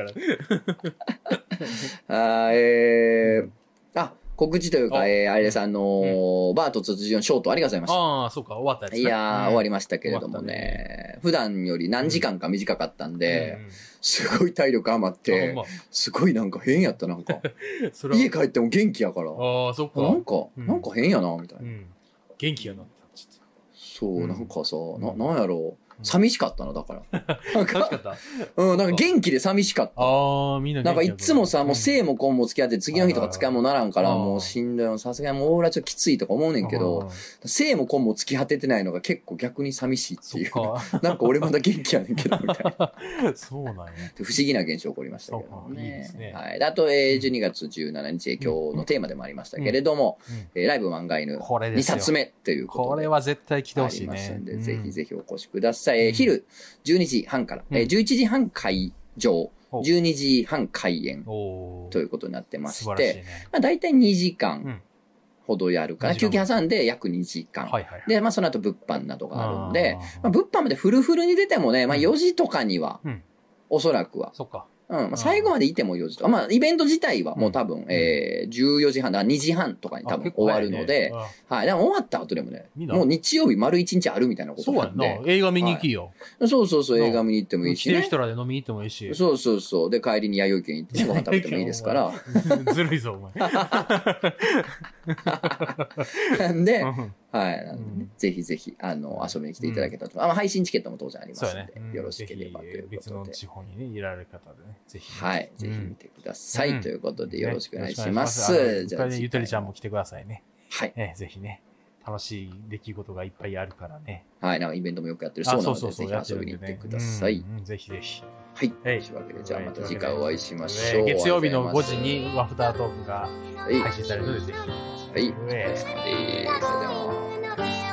告知というか、あれです、バート突如のショートありがとうございました。 ああ、そうか、終わったやつ、ね。 いやー、終わりましたけれどもね。普段より何時間か短かったんで、すごい体力余って、すごいなんか変やった、なんか。家帰っても元気やから。 ああ、そっか。 なんか変やな、みたいな。 元気やなって。 そう、なんかさ、なんやろう。寂しかったの、だから。 寂しかった。 なんか元気で寂しかった。 ああ、みんななんかいつもさ、もう生も根も付き合って次の日とか使いもならんから、もうしんどいよ。さすがにもうオーラちょっときついとか思うねんけど、生も根も付き果ててないのが結構逆に寂しいっていう。なんか俺まだ元気やねんけど、みたいな。 そうなんや。 不思議な現象起こりましたけどね。はい。あと、12月17日、今日のテーマでもありましたけれども、ライブ漫画犬2冊目っていうことで。 これは絶対来てほしいね。 ぜひぜひお越しください。昼12時半から、11時半会場、12時半開演ということになってまして、まあ大体2時間ほどやるから、休憩挟んで約2時間。で、まあその後物販などがあるんで、まあ物販までフルフルに出てもね、まあ4時とかには、おそらくは。最後までいても4時とか。まあ、イベント自体はもう多分、14時半、だから2時半とかに多分終わるので、はい。でも終わった後でもね、もう日曜日丸1日あるみたいなことなんで。 そうやな。映画見に行きよ。 そう、映画見に行ってもいいし。 来てる人らで飲みに行ってもいいし。 そう。で、帰りに弥生県行ってご飯食べてもいいですから。 ずるいぞ、お前。 なんで、はい。ぜひぜひ、遊びに来ていただけたらと。配信チケットも当然ありますので、よろしければということで。 別の地方にね、いられる方でね、ぜひ。 はい。ぜひ見てください。ということで、よろしくお願いします。 じゃあ、ゆとりちゃんも来てくださいね。 はい。 ぜひね、楽しい出来事がいっぱいあるからね。 はい。なんかイベントもよくやってるそうなので、ぜひ遊びに行ってください。 ぜひぜひ。 はい。というわけで、じゃあまた次回お会いしましょう。 月曜日の5時にアフタートークが配信されるので、ぜひ。 はい。お疲れ様です。さよなら。